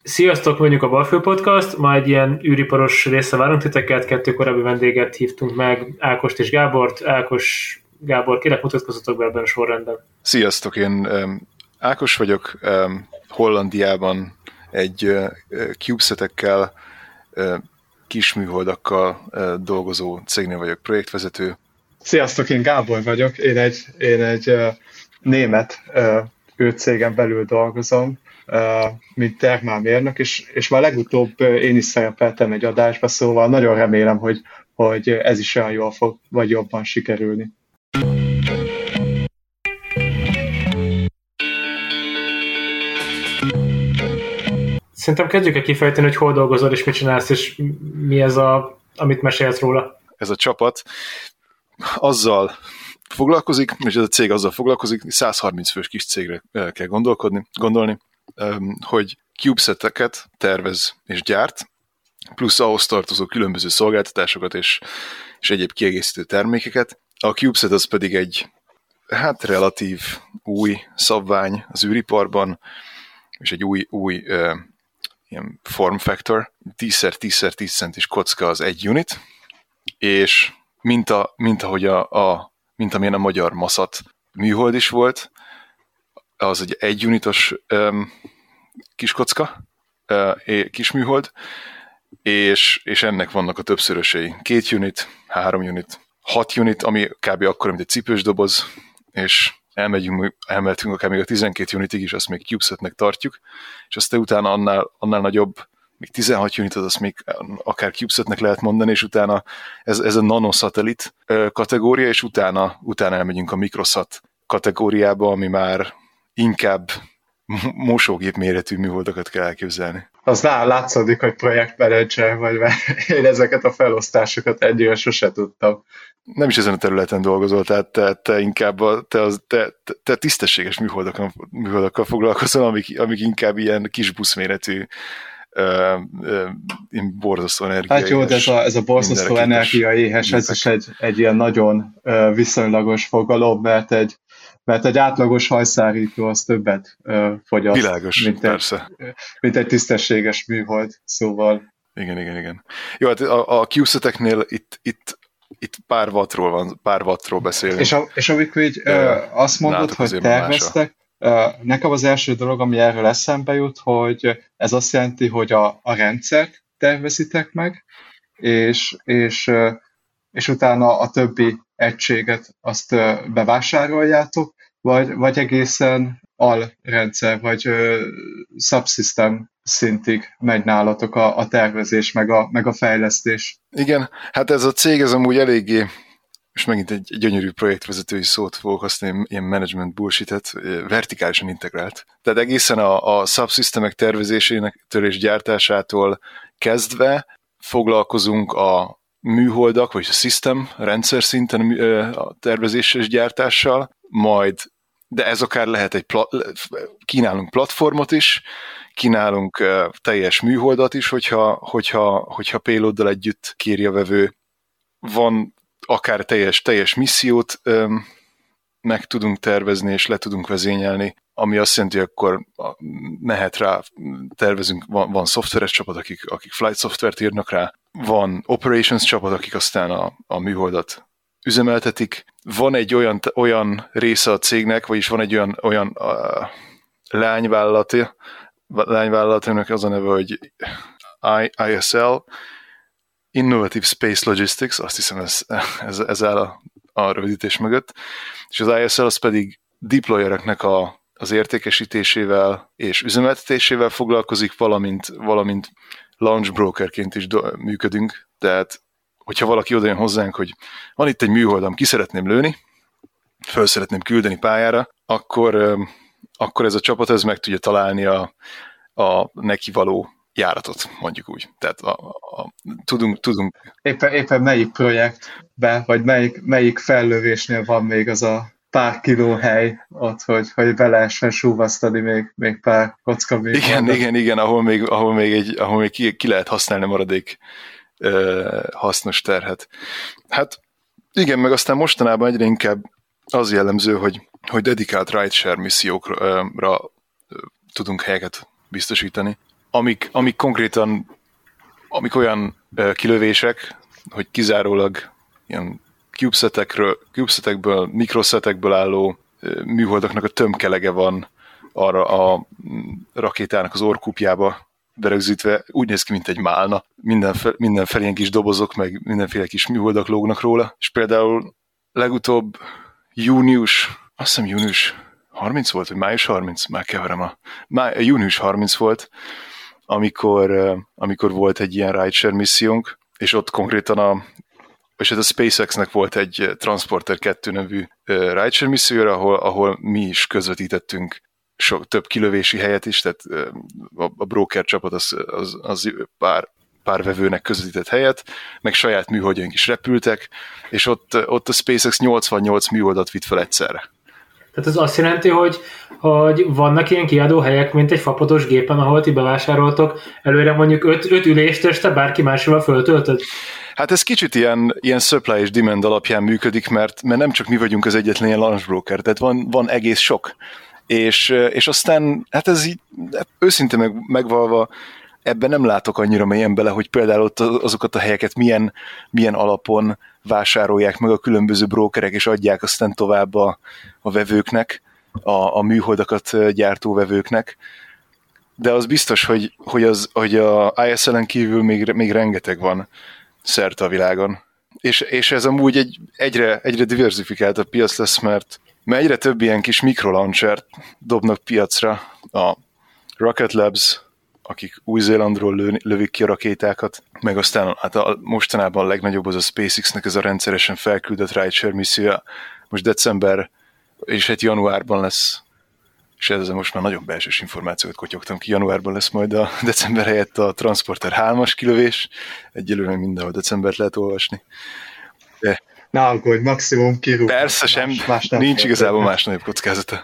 Sziasztok, mondjuk a Balfő Podcast, ma egy ilyen űriparos része várunk titeket, 2 korábbi vendéget hívtunk meg, Ákost és Gábort. Ákos, Gábor, kérlek mutatkozzatok be ebben a sorrendben. Sziasztok, én Ákos vagyok, Hollandiában egy CubeSat-ekkel, kisműholdakkal dolgozó cégnél vagyok projektvezető. Sziasztok, én Gábor vagyok, én egy német őrcégen belül dolgozom, mint termálmérnök, és már legutóbb én is szerepeltem egy adásba, szóval nagyon remélem, hogy ez is olyan jól fog, vagy jobban sikerülni. Szerintem kezdjük el kifejteni, hogy hol dolgozol, és mit csinálsz, és mi ez amit mesélsz róla. Ez a csapat azzal foglalkozik, és ez a cég azzal foglalkozik, 130 fős kis cégre kell gondolni, hogy CubeSat-eket tervez és gyárt, plusz ahhoz tartozó különböző szolgáltatásokat és egyéb kiegészítő termékeket. A CubeSat az pedig egy relatív új szabvány az űriparban, és egy új ilyen form factor, 10x10x10 centis kocka az egy unit, és mint amilyen a magyar MASAT műhold is volt, az egy unitos kis kocka, kis műhold, és ennek vannak a többszörösei. 2 unit, 3 unit, 6 unit, ami kb. Akkor, mint egy cipős doboz, és elmehetünk akár még a 12 unitig is, azt még CubeSat-nek tartjuk, és aztán utána annál nagyobb, még 16 unitot, azt még akár CubeSat-nek lehet mondani, és utána ez a nanosatellit kategória, és utána elmegyünk a mikrosat kategóriába, ami már inkább mosógép méretű műholdakat kell elképzelni. Az látszódik, hogy projektmenedzser vagy, mert én ezeket a felosztásokat egyre sose tudtam. Nem is ezen a területen dolgozol, tehát te inkább te tisztességes műholdakkal foglalkozol, amik inkább ilyen kis buszméretű, borzasztó energiai. Hát jó, de ez a borzasztó energiaéhes, ez is egy ilyen nagyon viszonylagos fogalom, mert egy átlagos hajszárító az többet fogyaszt, világos, mint egy tisztességes műhold, szóval. Igen. Jó, hát a CubeSat-eknél itt pár wattról beszélünk. És amikor így azt mondod, hogy terveztek, nekem az első dolog, ami erről eszembe jut, hogy ez azt jelenti, hogy a rendszert tervezitek meg, és utána a többi egységet azt bevásároljátok, vagy egészen alrendszer, vagy subsystem szintig megy nálatok a tervezés, meg a fejlesztés. Igen, hát ez a cég ez amúgy eléggé, és megint egy gyönyörű projektvezetői szót fogok használni, ilyen management bullshit-et, vertikálisan integrált. Tehát egészen a subsystemek tervezésétől és gyártásától kezdve foglalkozunk a műholdak, vagy a system, rendszer szinten a tervezéssel és gyártással, de ez akár lehet kínálunk platformot is, kínálunk teljes műholdat is, hogyha payloaddal együtt kéri a vevő. Van akár teljes missziót meg tudunk tervezni, és le tudunk vezényelni, ami azt jelenti, hogy akkor mehet rá, tervezünk, van szoftveres csapat, akik flight szoftvert írnak rá, van operations csapat, akik aztán a műholdat üzemeltetik. Van egy olyan része a cégnek, vagyis van egy olyan lányvállalatának az a neve, hogy ISL, Innovative Space Logistics, azt hiszem ez áll a rövidítés mögött, és az ISL az pedig deployereknek az értékesítésével és üzemeltetésével foglalkozik, valamint launch brokerként is működünk, tehát hogyha valaki odajön hozzánk, hogy van itt egy műholdam, ki szeretném lőni, föl szeretném küldeni pályára, akkor ez a csapat ez meg tudja találni a neki való járatot, mondjuk úgy. Tehát tudunk... Éppen melyik projektben, vagy melyik fellövésnél van még az a pár kiló hely ott, hogy be lehessen súvasztani még pár kocka műholdat. Igen, ahol még ki lehet használni maradék hasznos terhet. Hát igen, meg aztán mostanában egyre inkább az jellemző, hogy dedikált rideshare missziókra tudunk helyeket biztosítani. amik konkrétan, amik olyan kilövések, hogy kizárólag ilyen CubeSatekből, mikroszetekből álló műholdaknak a tömkelege van arra a rakétának az orrkúpjába berögzítve, úgy néz ki, mint egy málna. Mindenfelé ilyen kis dobozok, meg mindenféle kis műholdak lógnak róla. És például legutóbb június 30 volt, vagy május 30? Már keverem június 30 volt, amikor volt egy ilyen rideshare missziónk, és ott konkrétan a SpaceX-nek volt egy Transporter 2 nevű rideshare misszióra, ahol mi is közvetítettünk több kilövési helyet is, tehát a broker csapat az pár vevőnek közvetített helyet, meg saját műholdjaink is repültek, és ott a SpaceX 88 műholdat vitt fel egyszerre. Tehát ez azt jelenti, hogy vannak ilyen kiadó helyek, mint egy fapados gépen, ahol ti bevásároltok előre mondjuk 5 ülést, és te bárki máshol föltöltöd? Hát ez kicsit ilyen supply és demand alapján működik, mert nem csak mi vagyunk az egyetlen ilyen launch broker, tehát van egész sok. És aztán, hát ez így, őszintén megvalva, ebben nem látok annyira mélyen bele, hogy például ott azokat a helyeket milyen alapon vásárolják meg a különböző brókerek, és adják aztán tovább a vevőknek, a műholdakat gyártó vevőknek. De az biztos, hogy a ISL-en kívül még rengeteg van szerte a világon. És ez amúgy egyre diversifikáltabb piac lesz, mert egyre több ilyen kis mikrolaunchert dobnak piacra. A Rocket Labs, akik Új-Zélandról lövik ki a rakétákat, meg aztán hát mostanában a legnagyobb az a SpaceX-nek ez a rendszeresen felküldött rideshare missziója. Most december és hát januárban lesz, és ezzel most már nagyon belsős információt kotyogtam ki, januárban lesz majd a december helyett a Transporter 3-as kilövés, egyelőre mindenhol decembert lehet olvasni. De ne aggódj, maximum kirúg. Persze nincs igazából más nagyobb kockázata.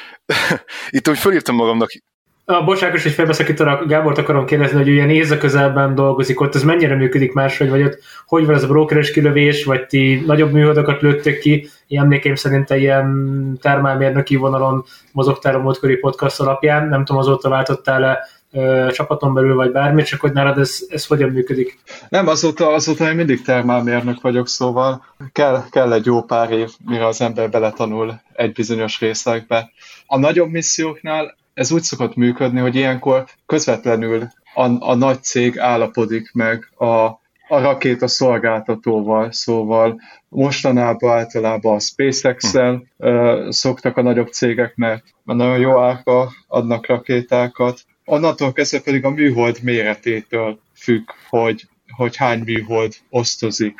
Itt úgy felírtam magamnak. Bocsánat, hogy felbeszakítanak, Gábort akarom kérdezni, hogy ilyen észak közelben dolgozik ott, ez mennyire működik máshogy, vagy ott hogy van ez a brokeres kilövés, vagy ti nagyobb műholdakat lőttek ki, én emlékeim szerint ilyen termálmérnöki vonalon mozogtál a múltkori podcast alapján, nem tudom, azóta váltottál-e csapaton belül, vagy bármi, csak hogy nálad ez hogyan működik? Nem, azóta én mindig termálmérnök vagyok, szóval kell egy jó pár év, mire az ember beletanul egy bizonyos részekbe. A nagyobb misszióknál ez úgy szokott működni, hogy ilyenkor közvetlenül a nagy cég állapodik meg a rakéta szolgáltatóval, szóval mostanában általában a SpaceX-el szoktak a nagyobb cégek, mert nagyon jó árba adnak rakétákat. Onnantól kezdve pedig a műhold méretétől függ, hogy hány műhold osztozik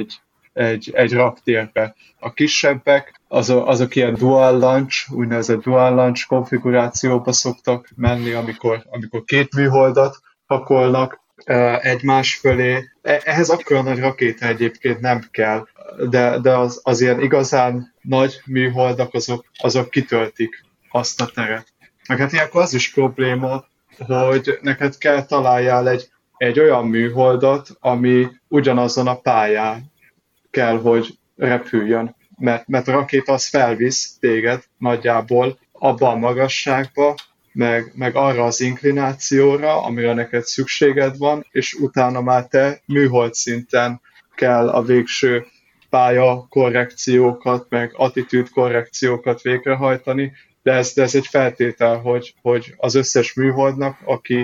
egy raktérbe. A kisebbek, azok ilyen dual launch, úgynevezett dual launch konfigurációba szoktak menni, amikor 2 műholdat pakolnak egymás fölé. Ehhez akkora nagy rakéta egyébként nem kell, de az ilyen igazán nagy műholdak, azok kitöltik azt a teret. Neked ilyenkor az is probléma, hogy neked kell találjál egy olyan műholdat, ami ugyanazon a pályán kell, hogy repüljön. Mert a rakéta az felvisz téged nagyjából abba a magasságba, meg arra az inklinációra, amire neked szükséged van, és utána már te műhold szinten kell a végső pálya korrekciókat, meg attitűd korrekciókat végrehajtani, de ez egy feltétel, hogy az összes műholdnak,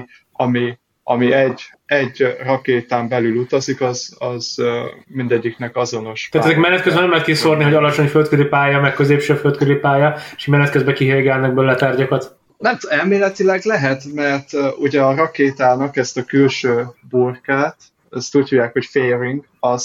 ami egy rakétán belül utazik, az mindegyiknek azonos. Tehát ezek menet közben nem lehet kiszórni, hogy alacsony földközi pálya, meg középső földközi pálya, és menet közben kihégálnak belőle tárgyakat. Nem, elméletileg lehet, mert ugye a rakétának ezt a külső burkát, ezt úgy hívják, hogy fairing,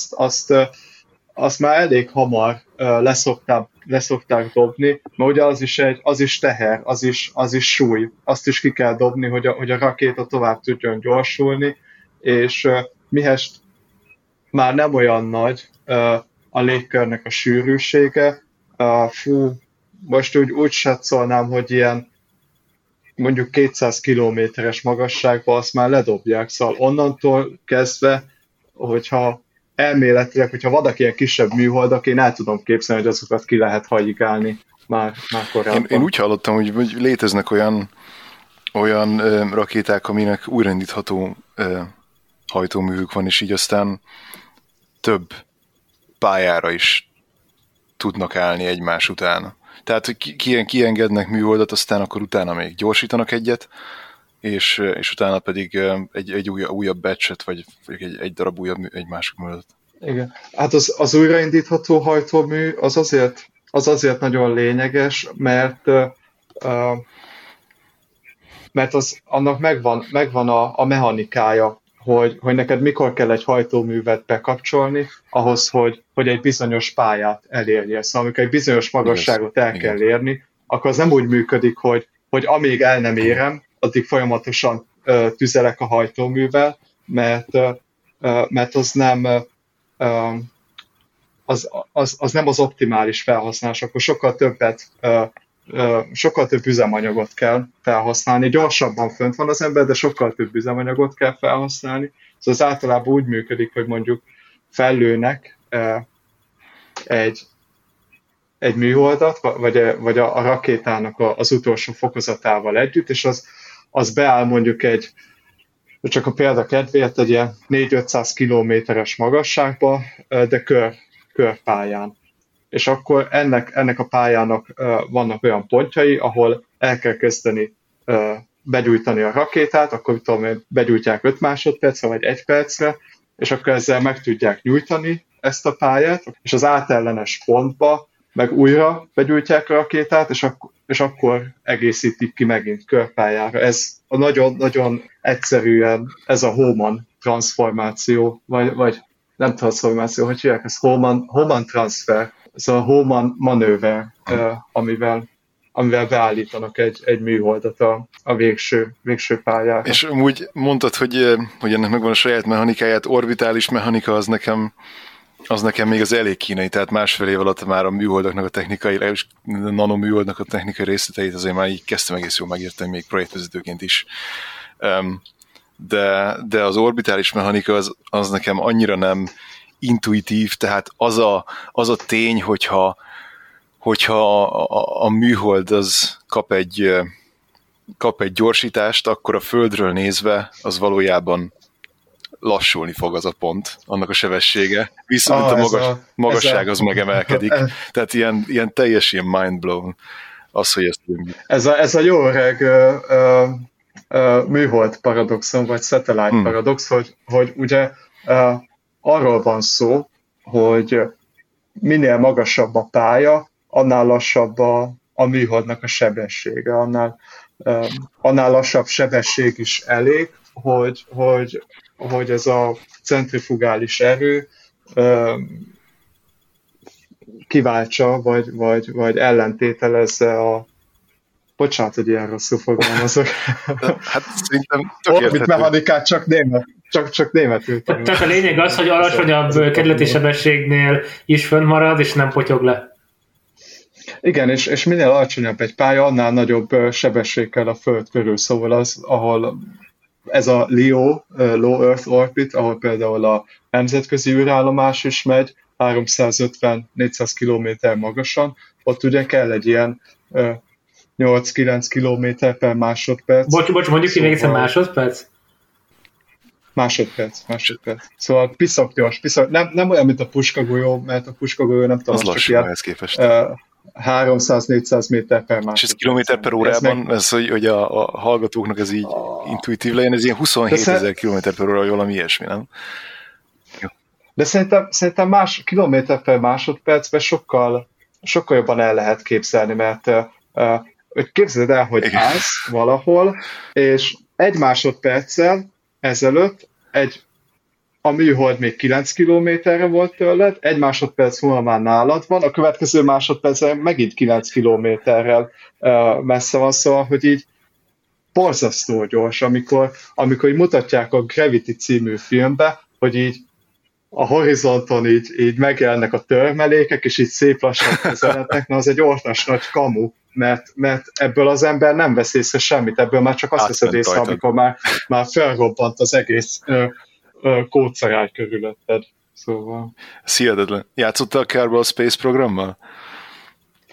azt már elég hamar leszokták dobni, mert ugye az is teher, az is súly. Azt is ki kell dobni, hogy a rakéta tovább tudjon gyorsulni, és mihest már nem olyan nagy a légkörnek a sűrűsége. Most úgy satszolnám, hogy ilyen mondjuk 200 kilométeres magasságba azt már ledobják, szóval onnantól kezdve, hogyha elméletileg, hogyha vannak ilyen kisebb műholdak, én el tudom képzelni, hogy azokat ki lehet hajigálni már korábban. Én úgy hallottam, hogy léteznek olyan olyan rakéták, aminek újraindítható hajtóművük van, és így aztán több pályára is tudnak állni egymás után. Tehát, hogy kiengednek műholdat, aztán akkor utána még gyorsítanak egyet, és utána pedig egy újabb batchet, vagy egy darab újabb egy másik műholdat. Igen. Hát az újraindítható hajtómű az azért nagyon lényeges, mert annak megvan a mechanikája, hogy neked mikor kell egy hajtóművet bekapcsolni, ahhoz, hogy egy bizonyos pályát elérje. Szóval amikor egy bizonyos magasságot el kell érni, akkor az nem úgy működik, hogy amíg el nem érem, addig folyamatosan tüzelek a hajtóművel, mert az nem az optimális felhasználás, akkor sokkal több üzemanyagot kell felhasználni. Gyorsabban fönt van az ember, de sokkal több üzemanyagot kell felhasználni. Szóval az általában úgy működik, hogy mondjuk fellőnek egy műholdat, vagy a rakétának az utolsó fokozatával együtt, és az beáll mondjuk csak a példa kedvéért egy ilyen 400-500 kilométeres magasságba, de körpályán. És akkor ennek a pályának vannak olyan pontjai, ahol el kell kezdeni begyújtani a rakétát, akkor begyújtják 5 másodpercre, vagy 1 percre, és akkor ezzel meg tudják nyújtani ezt a pályát, és az átellenes pontba meg újra begyújtják a rakétát, és akkor egészítik ki megint körpályára. Ez a nagyon-nagyon egyszerűen ez a Hohmann transformáció, vagy nem transformáció, hogy hívják, ez Hohmann transfer, ez a Hohmann manőver, amivel beállítanak egy műholdat a végső pályára. És úgy mondtad, hogy ennek megvan a saját mechanikáját, orbitális mechanika az nekem még az elég kínai, tehát másfél év alatt már a műholdaknak a technikai, és nanoműholdnak a technikai részleteit azért már így kezdtem egész jól megérteni, még projektvezetőként is. De az orbitális mechanika az nekem annyira nem intuitív, tehát az a tény, hogyha a műhold az kap egy gyorsítást, akkor a Földről nézve az valójában lassulni fog az a pont, annak a sebessége, viszont a magasság az megemelkedik. Tehát ilyen teljes ilyen mindblown az, hogy ezt tudjuk. Ez a jó öreg műhold paradoxon, vagy satellite paradox, hogy ugye arról van szó, hogy minél magasabb a pálya, annál lassabb a műholdnak a sebessége, annál lassabb sebesség is elég, hogy ez a centrifugális erő kiváltsa, vagy ellentételezze bocsánat, hogy ilyen rosszul fogalmazok. Hát szerintem orbit mechanikát csak németül. Tehát a lényeg az, hogy alacsonyabb kerületi sebességnél is fönnmarad, és nem potyog le. Igen, és minél alacsonyabb egy pálya, annál nagyobb sebesség kell a Föld körül. Szóval ahol ez a LEO, Low Earth Orbit, ahol például a nemzetközi űrállomás is megy, 350-400 km magasan, ott ugye kell egy ilyen 8-9 km per másodperc. Bocs, mondjuk ki még egyszer másodperc? Másodperc. Szóval piszok gyors. Nem olyan, mint a puskagolyó, mert a puskagolyó nem tudom, csak ilyen 300-400 méter per másodperc. És ez kilométer per órában, ez, hogy a hallgatóknak ez így intuitív legyen, ez ilyen 27 000 kilométer per óra, valami ilyesmi, nem? Jó. De szerintem kilométer per másodpercben sokkal jobban el lehet képzelni, mert képzeld el, hogy állsz valahol, és 1 másodperccel ezelőtt a műhold még 9 kilométerre volt tőled, 1 másodperc múlva már nálad van, a következő másodpercen megint 9 kilométerrel messze van, szóval, hogy így borzasztó gyors, amikor így mutatják a Gravity című filmbe, hogy így a horizonton így megjelennek a törmelékek, és így szép lassan közelednek, na az egy ortas nagy kamu, mert ebből az ember nem vesz észre semmit, ebből már csak azt veszed észre, amikor már felrobbant az egész kódszerály körülötted. Szóval... Hihetetlen. Játszottál Kerbal Space programmal?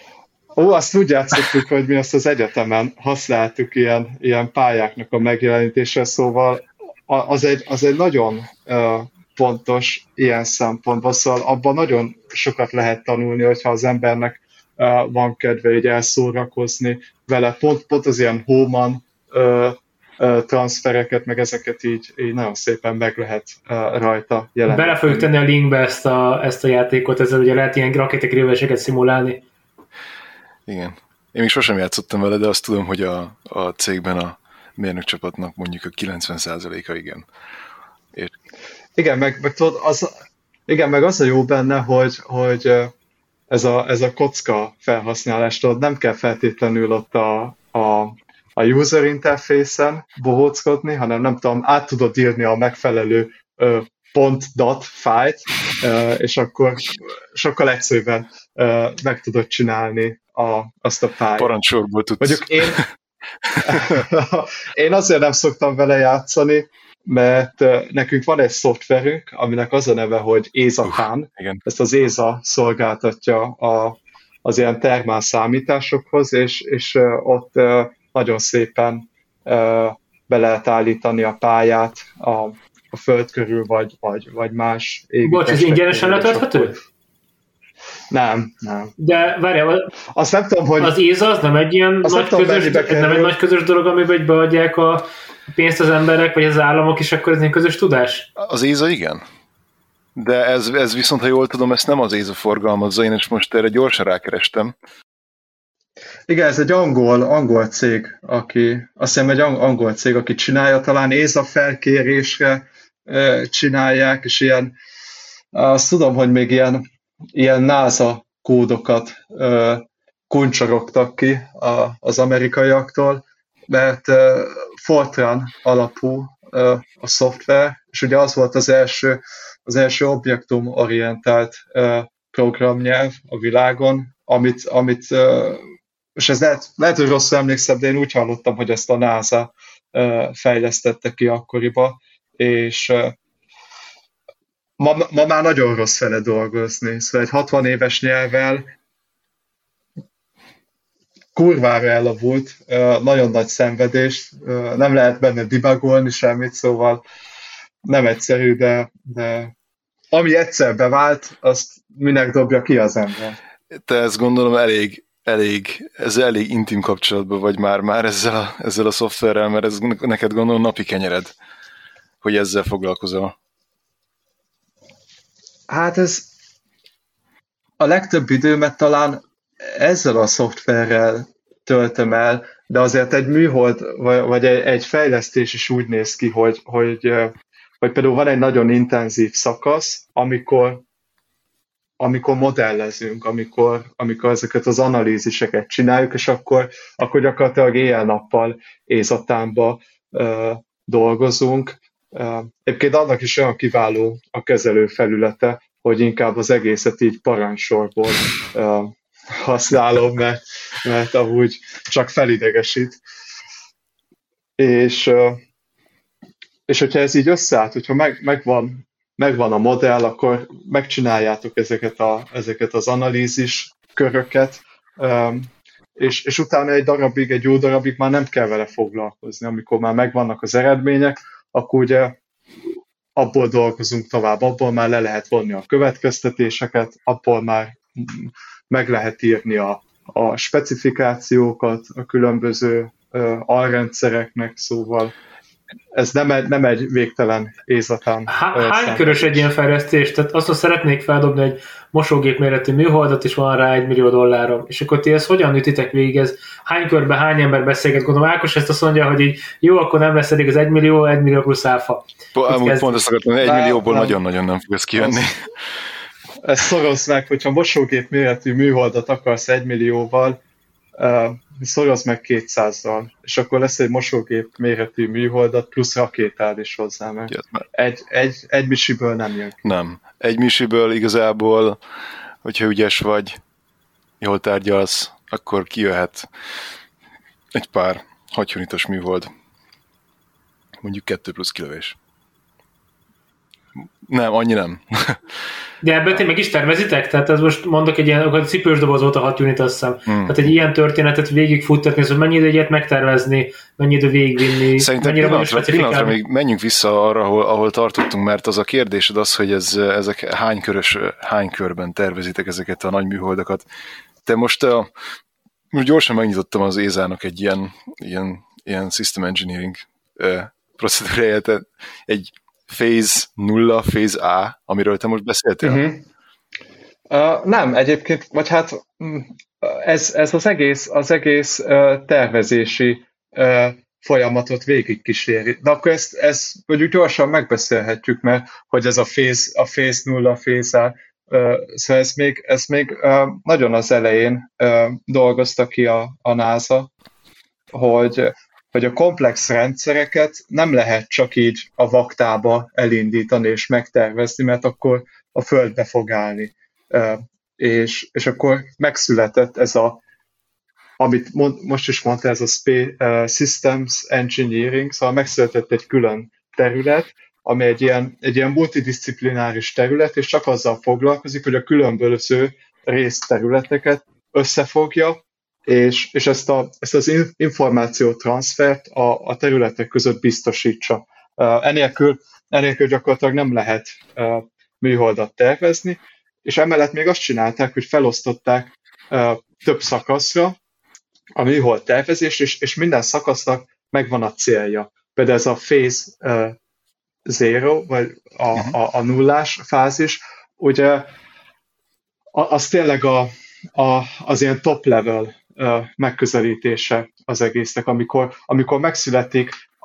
Azt úgy játszottuk, hogy mi azt az egyetemen használtuk ilyen pályáknak a megjelenítésre, szóval az egy nagyon fontos ilyen szempontból, szóval abban nagyon sokat lehet tanulni, hogyha az embernek van kedve így elszórakozni vele. Pont az ilyen Hóman transfereket, meg ezeket így nagyon szépen meg lehet rajta jeleníteni. Bele fogjuk tenni a linkbe ezt a játékot, ezzel ugye lehet ilyen rakétakríveseket szimulálni. Igen. Én még sosem játszottam vele, de azt tudom, hogy a cégben a mérnökcsapatnak mondjuk a 90%-a igen. Igen, meg tudod, meg az a jó benne, hogy ez a kocka felhasználás, tudod, nem kell feltétlenül ott a user interface-en bohóckodni, hanem nem tudom, át tudod írni a megfelelő .dot fájlt, és akkor sokkal egyszerűbben meg tudod csinálni azt a pályát. Parancsorból tudsz. Mondjuk én azért nem szoktam vele játszani, mert nekünk van egy szoftverünk, aminek az a neve, hogy ESA-TAN. Ezt az ESA szolgáltatja az ilyen termál számításokhoz, és ott nagyon szépen be lehet állítani a pályát a föld körül, vagy más égitestek. Bocs, ez ingyenesen letölthető? Nem. De várjál, azt nem tudom, hogy az ESA az nem egy ilyen nagy közös dolog, amiben beadják a pénzt az emberek, vagy az államok, és akkor ez egy közös tudás? Az ESA igen. De ez viszont, ha jól tudom, ezt nem az ESA forgalmazza, én is most erre gyorsan rákerestem. Igen, ez egy angol cég, azt hiszem egy angol cég, aki csinálja, talán ESA felkérésre csinálják, és ilyen, azt tudom, hogy még ilyen NASA kódokat kuncsorogtak ki az amerikaiaktól, mert Fortran alapú a szoftver, és ugye az volt az első objektum-orientált programnyelv a világon, amit és ez lehet, hogy rosszul emlékszem, de én úgy hallottam, hogy ezt a NASA fejlesztette ki akkoriba, és ma már nagyon rossz vele dolgozni. Szóval egy 60 éves nyelvvel kurvára elavult, nagyon nagy szenvedés, nem lehet benne debugolni semmit, szóval nem egyszerű, de ami egyszer bevált, azt minek dobja ki az ember. Te ezt gondolom elég intim kapcsolatban vagy már ezzel a szoftverrel, mert ez neked gondolom napi kenyered, hogy ezzel foglalkozol. Hát ez a legtöbb időmet talán ezzel a szoftverrel töltöm el, de azért egy műhold, vagy egy fejlesztés is úgy néz ki, hogy például van egy nagyon intenzív szakasz, amikor modellezünk, amikor ezeket az analíziseket csináljuk, és akkor gyakorlatilag éjjel-nappal ESA-TAN-ba dolgozunk. Egyébként annak is olyan kiváló a kezelő felülete, hogy inkább az egészet így parancsorból használom, mert amúgy csak felidegesít. És hogyha ez így összeállt, hogyha megvan a modell, akkor megcsináljátok ezeket az analízis köröket, és utána egy jó darabig már nem kell vele foglalkozni. Amikor már megvannak az eredmények, akkor ugye abból dolgozunk tovább, abból már le lehet vonni a következtetéseket, abból már meg lehet írni a specifikációkat a különböző alrendszereknek, szóval ez nem egy végtelen ESA-TAN. Hány körös egy ilyen fejlesztés? Tehát azt szeretnék feldobni egy mosógép méretű műholdat, és van rá $1 millió, és akkor ti ezt hogyan ütitek végig? Ez hány körbe, hány ember beszélget? Gondolom Ákos ezt azt mondja, hogy így jó, akkor nem lesz elég az 1 millió plusz áfa. Pont azt akartam, hogy 1 millióból nagyon-nagyon nem fog ez kijönni. Ezt szorozd meg, hogyha mosógép méretű műholdat akarsz 1 millióval, szorozd meg 200-zal, és akkor lesz egy mosógép méretű műholdat, plusz rakétád is hozzá, mert egy misiből nem jön. Nem. Egy misiből igazából, hogyha ügyes vagy, jól tárgyalsz, akkor kijöhet egy pár 6 unitos műhold. Mondjuk 2 plusz kilövés. Nem, annyi nem. De ebből ti meg is tervezitek? Tehát ez most mondok egy ilyen, akkor cipős doboz volt a 6 unit, azt hiszem. Tehát egy ilyen történetet végigfuttatni, szóval mennyi időt megtervezni, mennyi idő végigvinni, szerintem pillanatra még menjünk vissza arra, ahol tartottunk, mert az a kérdésed az, hogy ezek hány körben tervezitek ezeket a nagy műholdakat. Te most gyorsan megnyitottam az ESA-nak egy ilyen system engineering procedúráját, egy Phase 0, Phase A, amiről te most beszéltél? Nem, egyébként, vagy hát ez az egész tervezési folyamatot végigkíséri. De akkor ezt mondjuk gyorsan megbeszélhetjük, mert hogy ez a Phase 0, Phase A, szóval ez még nagyon az elején dolgozta ki a NASA, hogy a komplex rendszereket nem lehet csak így a vaktába elindítani és megtervezni, mert akkor a Földbe fog állni. És akkor megszületett ez amit most is mondta, ez a Systems Engineering, szóval megszületett egy külön terület, ami egy ilyen multidisciplináris terület, és csak azzal foglalkozik, hogy a különböző részterületeket összefogja, és ezt az információtranszfert a területek között biztosítsa. Enélkül gyakorlatilag nem lehet műholdat tervezni, és emellett még azt csinálták, hogy felosztották több szakaszra a műhold tervezést, és minden szakasznak megvan a célja. Például ez a Phase 0, vagy a nullás fázis, ugye az tényleg az ilyen top level megközelítése az egésznek, amikor megszületik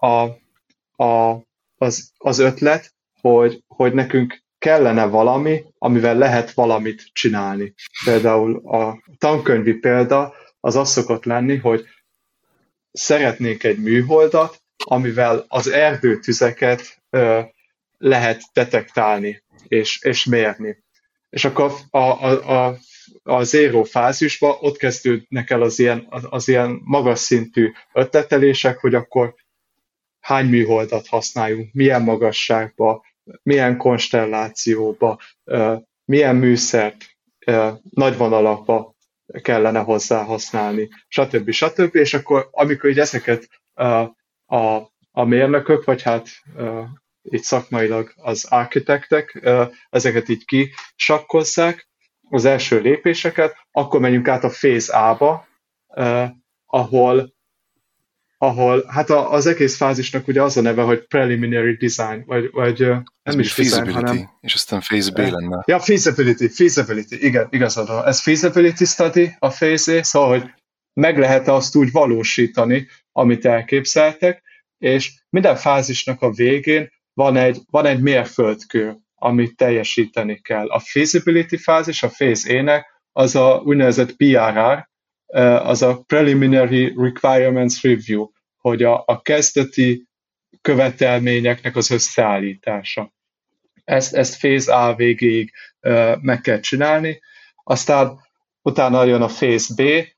az ötlet, hogy nekünk kellene valami, amivel lehet valamit csinálni. Például a tankönyvi példa az szokott lenni, hogy szeretnék egy műholdat, amivel az erdőtüzeket lehet detektálni és mérni. És akkor a zero fázisban ott kezdődnek el az ilyen magas szintű ötletelések, hogy akkor hány műholdat használjunk, milyen magasságba, milyen konstellációba, milyen műszert nagy vonalakba kellene hozzá használni, stb. És akkor, amikor így ezeket a mérnökök, vagy hát így szakmailag az architektek, ezeket így kisakkozzák, az első lépéseket, akkor menjünk át a Phase A-ba, ahol hát az egész fázisnak ugye az a neve, hogy preliminary design, vagy nem is design, hanem... És aztán Phase B lenne. Ja, feasibility, igen, igazad van. Ez feasibility study, a Phase A, szóval, hogy meg lehet azt úgy valósítani, amit elképzeltek, és minden fázisnak a végén van egy mérföldkő, amit teljesíteni kell. A feasibility fázis, a Phase A-nek az a úgynevezett PRR, az a Preliminary Requirements Review, hogy a kezdeti követelményeknek az összeállítása. Ezt Phase A végéig meg kell csinálni. Aztán utána jön a Phase B,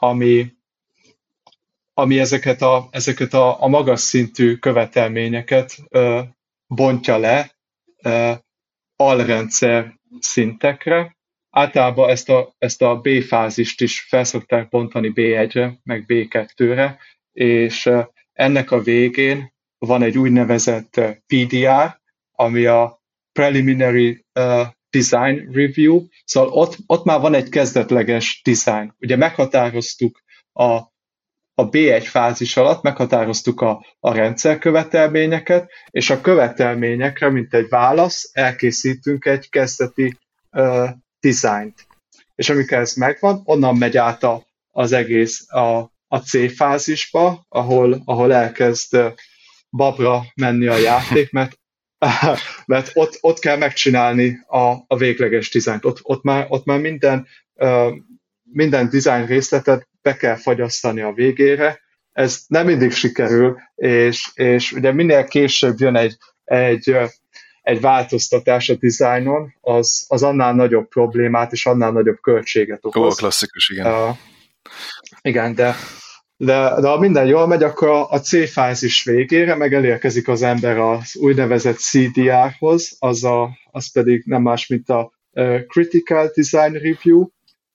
ami ezeket a magas szintű követelményeket bontja le alrendszer szintekre. Általában ezt a B-fázist is felszokták bontani B1-re, meg B2-re, és ennek a végén van egy úgynevezett PDR, ami a Preliminary Design Review, szóval ott már van egy kezdetleges design. Ugye meghatároztuk a B1 fázis alatt, meghatároztuk a rendszerkövetelményeket, és a követelményekre, mint egy válasz, elkészítünk egy kezdeti dizájnt. És amikor ez megvan, onnan megy át az egész a C fázisba, ahol elkezd babra menni a játék, mert ott kell megcsinálni a végleges dizájnt. Ott már minden dizájn részletet be kell fagyasztani a végére. Ez nem mindig sikerül, és ugye minél később jön egy változtatás a dizájnon, az annál nagyobb problémát és annál nagyobb költséget okoz. Klasszikus, igen. Igen, de ha minden jól megy, akkor a C fázis végére meg elérkezik az ember az úgynevezett CDR-hoz, az az pedig nem más, mint a Critical Design Review,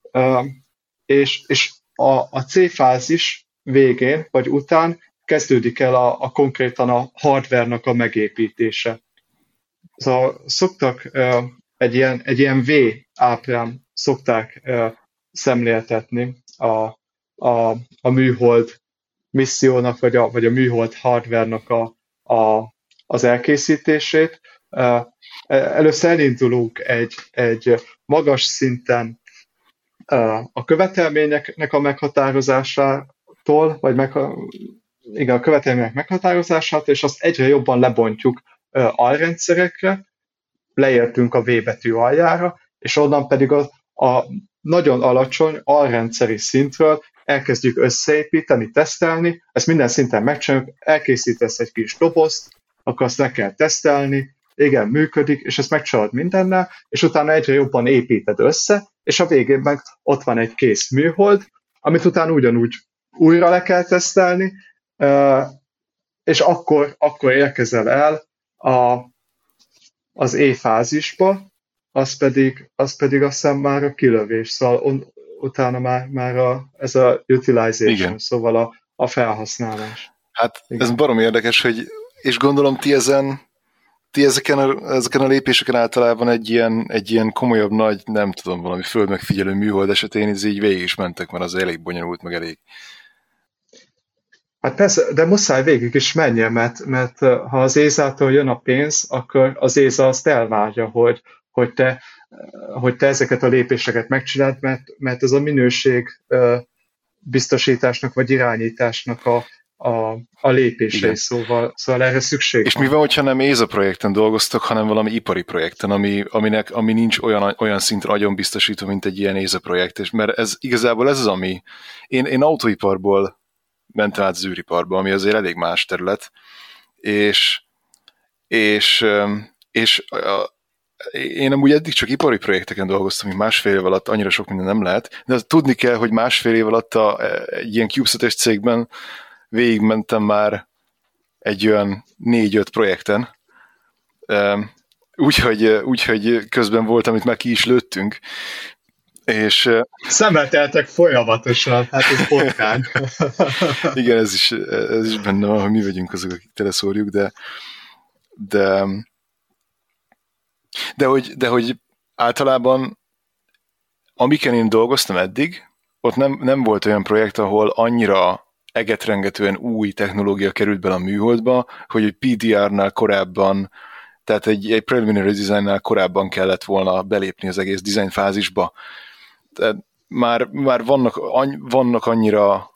és a C-fázis végén, vagy után kezdődik el a konkrétan a hardware-nak a megépítése. Szóval szoktak egy ilyen V-ábrán szokták szemléltetni a műhold missziónak, vagy a műhold hardware-nak az elkészítését. Először elindulunk egy magas szinten a követelményeknek a meghatározásától, vagy a követelmények meghatározásától, és azt egyre jobban lebontjuk alrendszerekre, leértünk a V betű aljára, és onnan pedig a nagyon alacsony alrendszeri szintről elkezdjük összeépíteni, tesztelni, ezt minden szinten megcsináljuk, elkészítesz egy kis dobozt, akkor azt le kell tesztelni, igen, működik, és ezt megcsinálod mindennel, és utána egyre jobban építed össze, és a végén meg ott van egy kész műhold, amit utána ugyanúgy újra le kell tesztelni, és akkor érkezel el az E-fázisba, az pedig azt hiszem már a kilövés, szóval utána már ez a utilization, igen. Szóval a felhasználás. Hát igen. Ez baromi érdekes, hogy, és gondolom ti ezeken a lépéseken általában egy ilyen komolyabb nagy, nem tudom, valami földmegfigyelő műhold esetén így végig is mentek, mert az elég bonyolult, meg elég. Hát persze, de muszáj végig is menjen, mert ha az ESA-tól jön a pénz, akkor az ESA azt elvárja, hogy te ezeket a lépéseket megcsináld, mert ez a minőség biztosításnak vagy irányításnak a lépései, szóval erre szükség és van. És mi van, hogyha nem ESA projekten dolgoztok, hanem valami ipari projekten, ami nincs olyan szinten agyon biztosítva, mint egy ilyen ESA projekt, és mert igazából ez az, ami... Én autóiparból mentem át az űriparba, ami azért elég más terület, és én amúgy eddig csak ipari projekteken dolgoztam, hogy másfél év alatt annyira sok minden nem lehet, de tudni kell, hogy másfél év alatt egy ilyen CubeSat-es cégben végigmentem egy olyan 4-5 projekten, úgyhogy közben volt, amit már ki is lőttünk, és... Szemeteltek folyamatosan, hát ez botrány. Igen, ez is benne van, hogy mi vagyunk azok, akik teleszórjuk, de hogy általában amiken én dolgoztam eddig, ott nem volt olyan projekt, ahol annyira egetrengetően új technológia került bele a műholdba, hogy egy PDR-nál korábban, tehát egy preliminary design-nál korábban kellett volna belépni az egész design fázisba. Tehát már vannak annyira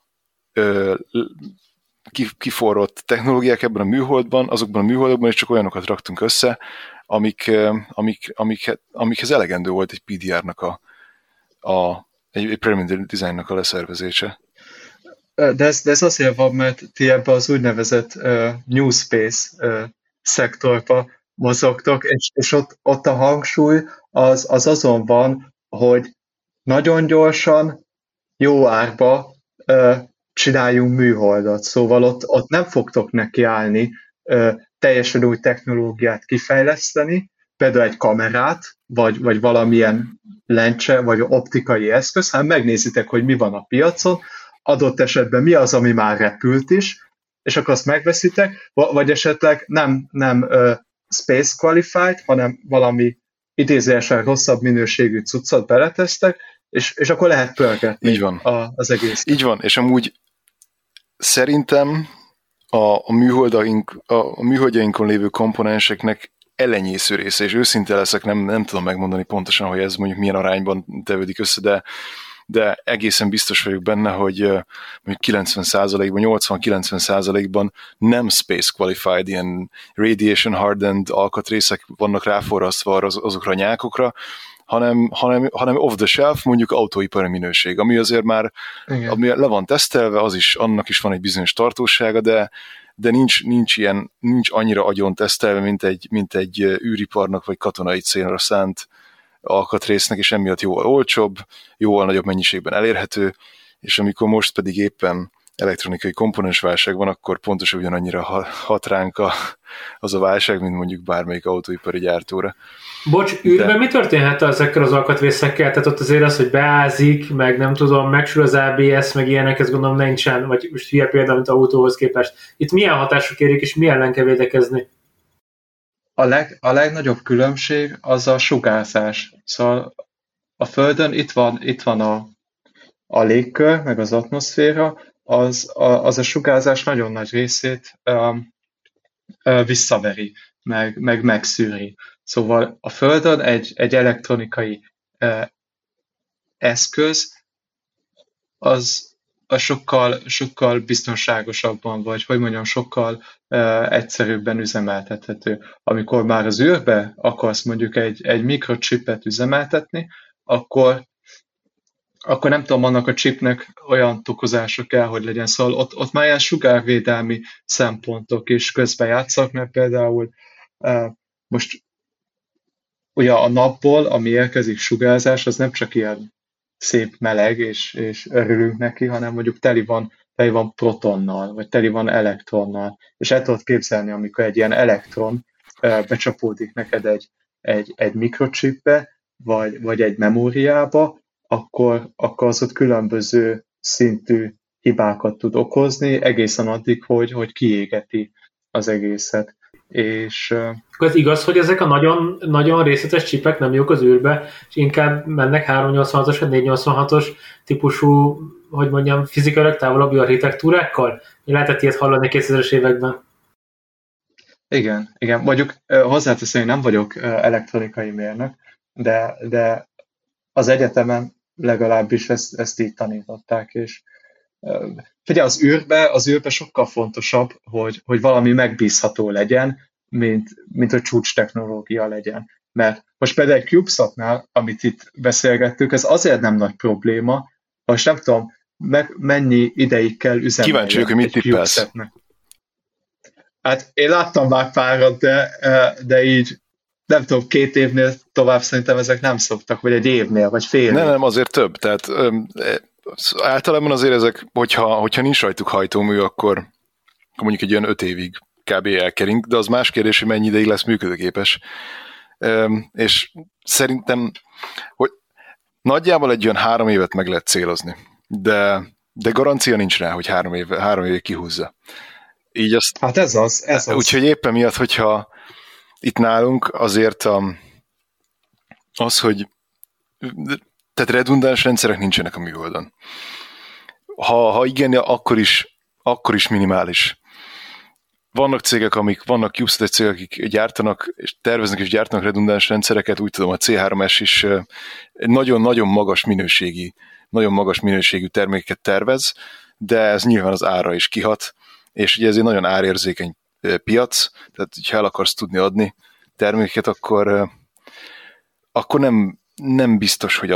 kiforrott technológiák ebben a műholdban, azokban a műholdokban is csak olyanokat raktunk össze, amikhez elegendő volt egy PDR-nak egy preliminary design-nak a leszervezése. De ez azért van, mert ti ebben az úgynevezett New Space szektorba mozogtok, és ott a hangsúly az azon van, hogy nagyon gyorsan, jó árba csináljunk műholdat. Szóval ott nem fogtok nekiállni teljesen új technológiát kifejleszteni, például egy kamerát, vagy valamilyen lencse, vagy optikai eszköz, hanem megnézitek, hogy mi van a piacon, adott esetben mi az, ami már repült is, és akkor azt megveszitek, vagy esetleg nem space qualified, hanem valami idézőesen rosszabb minőségű cuccot beletesztek, és akkor lehet pörgetni így van. Az egész. Így van, és amúgy szerintem a műholdjainkon lévő komponenseknek elenyésző része, és őszinte leszek, nem tudom megmondani pontosan, hogy ez mondjuk milyen arányban tevődik össze, de egészen biztos vagyok benne, hogy mondjuk 90%-ban, 80-90%-ban nem space qualified, ilyen radiation hardened alkatrészek vannak ráforrasztva azokra a nyákokra, hanem off the shelf, mondjuk autóipari minőség, ami azért már ami le van tesztelve, annak is van egy bizonyos tartósága, de nincs annyira agyon tesztelve, mint egy űriparnak vagy katonai célra szánt alkatrésznek, és emiatt jóval olcsóbb, jóval nagyobb mennyiségben elérhető, és amikor most pedig éppen elektronikai komponensválság van, akkor pontosan ugyanannyira hat ránk az a válság, mint mondjuk bármelyik autóipari gyártóra. Bocs, űrben mi történhet ezekkel az alkatrészekkel? Tehát ott azért az, hogy beázik, meg nem tudom, megsül az ABS, meg ilyenek, ezt gondolom nincsen, vagy most hülye példa, mint autóhoz képest. Itt milyen hatások érik, és mi ellen kell védekezni? A legnagyobb különbség az a sugárzás. Szóval a Földön itt van a légkör, meg az atmoszféra, az a sugárzás nagyon nagy részét visszaveri, meg megszűri. Szóval a Földön egy elektronikai eszköz az sokkal biztonságosabban, vagy hogy mondjam, sokkal egyszerűbben üzemeltethető. Amikor már az űrbe akarsz mondjuk egy mikrochipet üzemeltetni, akkor nem tudom, annak a chipnek olyan tokozása kell, hogy legyen. Szóval ott már ilyen sugárvédelmi szempontok is közbejátszanak, mert például most ugye a napból, ami érkezik sugárzás, az nem csak ilyen szép meleg, és örülünk neki, hanem mondjuk teli van protonnal, vagy teli van elektronnal. És el tudod képzelni, amikor egy ilyen elektron becsapódik neked egy mikrochipbe, vagy egy memóriába, akkor az ott különböző szintű hibákat tud okozni, egészen addig, hogy kiégeti az egészet. És az igaz, hogy ezek a nagyon, nagyon részletes csipek nem jók az űrbe, és inkább mennek 386-os vagy 486-os típusú, hogy mondjam, fizikailag távolabbi architektúrákkal? Mi lehetett ilyet hallani 2000-es években? Igen. Mondjuk hozzáteszem, hogy nem vagyok elektronikai mérnök, de az egyetemen legalábbis ezt így tanították, és figyelj, az űrbe sokkal fontosabb, hogy valami megbízható legyen, mint hogy csúcs technológia legyen. Mert most például egy CubeSatnál, amit itt beszélgettük, ez azért nem nagy probléma, most nem tudom, mennyi ideig kell üzemelni. Kíváncsi vagyok, hogy mit tippelsz. Hát én láttam már párat, de így nem tudom, 2 évnél tovább szerintem ezek nem szoktak, vagy egy évnél, vagy fél év. Nem, azért több. Tehát általában azért ezek, hogyha nincs rajtuk hajtómű, akkor mondjuk egy olyan 5 évig kb. Elkerünk, de az más kérdés, hogy mennyi ideig lesz működőképes. És szerintem, hogy nagyjából egy olyan 3 évet meg lehet célozni, de garancia nincs rá, hogy 3 évig kihúzza. Így azt, hát ez az. Úgyhogy éppen miatt, hogyha itt nálunk azért az, hogy tehát redundáns rendszerek nincsenek a műholdon. Ha igen, akkor is minimális. Vannak cégek, vannak CubeSat cégek, akik gyártanak, és terveznek és gyártanak redundáns rendszereket, úgy tudom, a C3S is nagyon-nagyon magas minőségű termékeket tervez, de ez nyilván az ára is kihat, és ugye ez egy nagyon árérzékeny piac, tehát ha el akarsz tudni adni termékeket, akkor nem biztos, hogy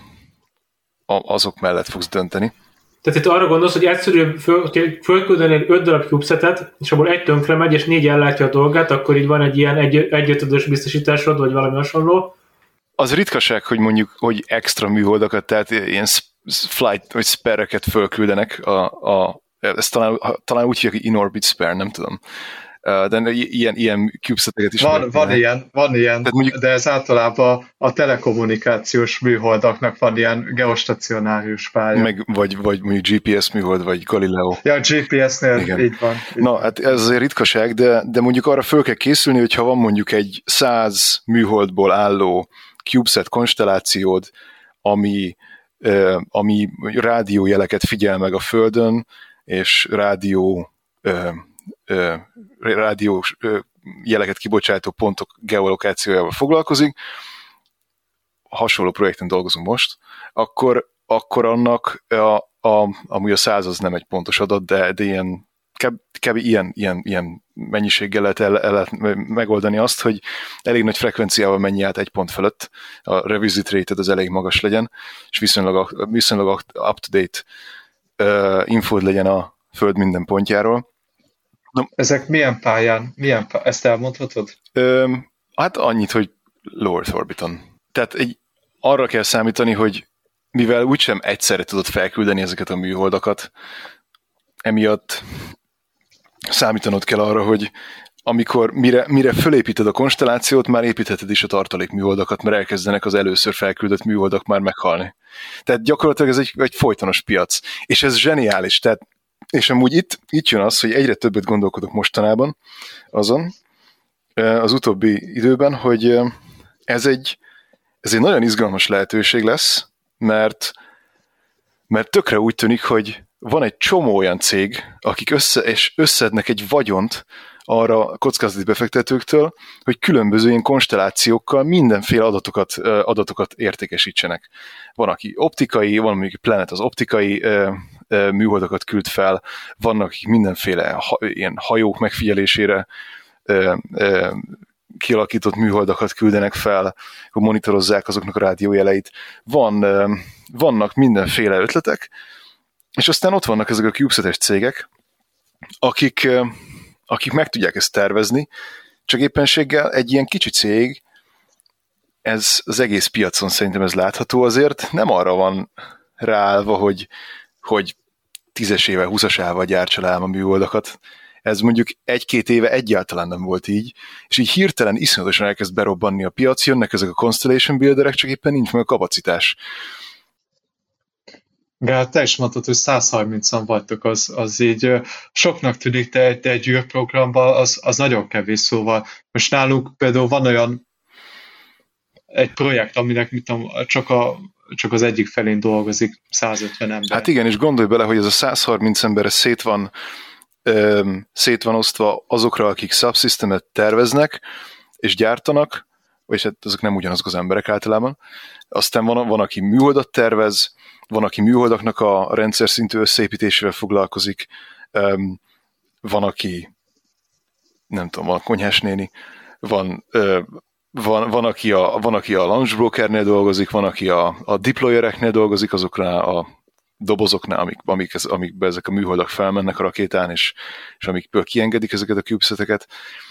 azok mellett fogsz dönteni. Tehát itt arra gondolsz, hogy egyszerűen fölküldeni 5 darab CubeSatet, és abból 1 tönkre megy, és 4 ellátja a dolgát, akkor így van egy ilyen 1/5-ös biztosításod, vagy valami hasonló. Az ritkaság, hogy mondjuk, hogy extra műholdakat, tehát ilyen flight vagy spare-eket fölküldenek, ezt talán úgy hívják, hogy in-orbit spare, nem tudom. De ilyen CubeSat-eket is van ilyen, mondjuk, de ez általában a telekommunikációs műholdaknak van ilyen geostacionárius pálya. Vagy mondjuk GPS műhold, vagy Galileo. Ja, a GPS-nél így van. Hát ez azért ritkaság, de mondjuk arra föl kell készülni, hogyha van mondjuk egy 100 műholdból álló CubeSat konstellációd, ami rádiójeleket figyel meg a Földön, és rádió jeleket kibocsátó pontok geolokációjával foglalkozik, hasonló projekten dolgozunk most, akkor annak amúgy a 100 az nem egy pontos adat, de ilyen kb. Ilyen mennyiséggel lehet megoldani azt, hogy elég nagy frekvenciával menj át 1 pont fölött, a revisit rate az elég magas legyen, és viszonylag up-to-date infód legyen a Föld minden pontjáról. Ezek milyen pályán? Ezt elmondhatod? Hát annyit, hogy low Earth orbiton. Tehát arra kell számítani, hogy mivel úgysem egyszerre tudod felküldeni ezeket a műholdakat, emiatt számítanod kell arra, hogy amikor mire fölépíted a konstellációt, már építheted is a tartalék műholdakat, mert elkezdenek az először felküldött műholdak már meghalni. Tehát gyakorlatilag ez egy folytonos piac. És ez zseniális. Tehát, és amúgy itt jön az, hogy egyre többet gondolkodok mostanában azon, az utóbbi időben, hogy ez egy nagyon izgalmas lehetőség lesz, mert tökre úgy tűnik, hogy van egy csomó olyan cég, akik összednek egy vagyont arra a kockázati befektetőktől, hogy különböző ilyen konstellációkkal mindenféle adatokat értékesítsenek. Van, aki optikai, van, mondjuk Planet az optikai műholdakat küld fel, vannak, akik mindenféle ilyen hajók megfigyelésére kialakított műholdakat küldenek fel, hogy monitorozzák azoknak a rádiójeleit. Vannak mindenféle ötletek, és aztán ott vannak ezek a CubeSat-es cégek, akik meg tudják ezt tervezni, csak éppenséggel egy ilyen kicsi cég, ez az egész piacon szerintem ez látható azért, nem arra van ráállva, hogy 10-es éve, 20-as éve gyártsa le a műholdakat. Ez mondjuk 1-2 éve egyáltalán nem volt így, és így hirtelen iszonyatosan elkezd berobbanni a piac, jönnek ezek a Constellation Builderek, csak éppen nincs meg a kapacitás. De te is mondtad, hogy 130-an vagytok, az így soknak tűnik, de egy űrprogramban az nagyon kevés, szóval most nálunk például van olyan egy projekt, aminek csak az egyik felén dolgozik 150 ember. Hát igen, és gondolj bele, hogy ez a 130 ember szét van osztva azokra, akik subsystemet terveznek és gyártanak, és hát azok nem ugyanazok az emberek általában. Aztán van aki műholdat tervez, van, aki műholdaknak a rendszer szintű összeépítésével foglalkozik, van, aki nem tudom, van a konyhás néni, van, aki a launch brokernél dolgozik, van, aki a deployereknél dolgozik, azoknál a dobozoknál, amikbe ezek a műholdak felmennek a rakétán, és amikből kiengedik ezeket a CubeSat-eket,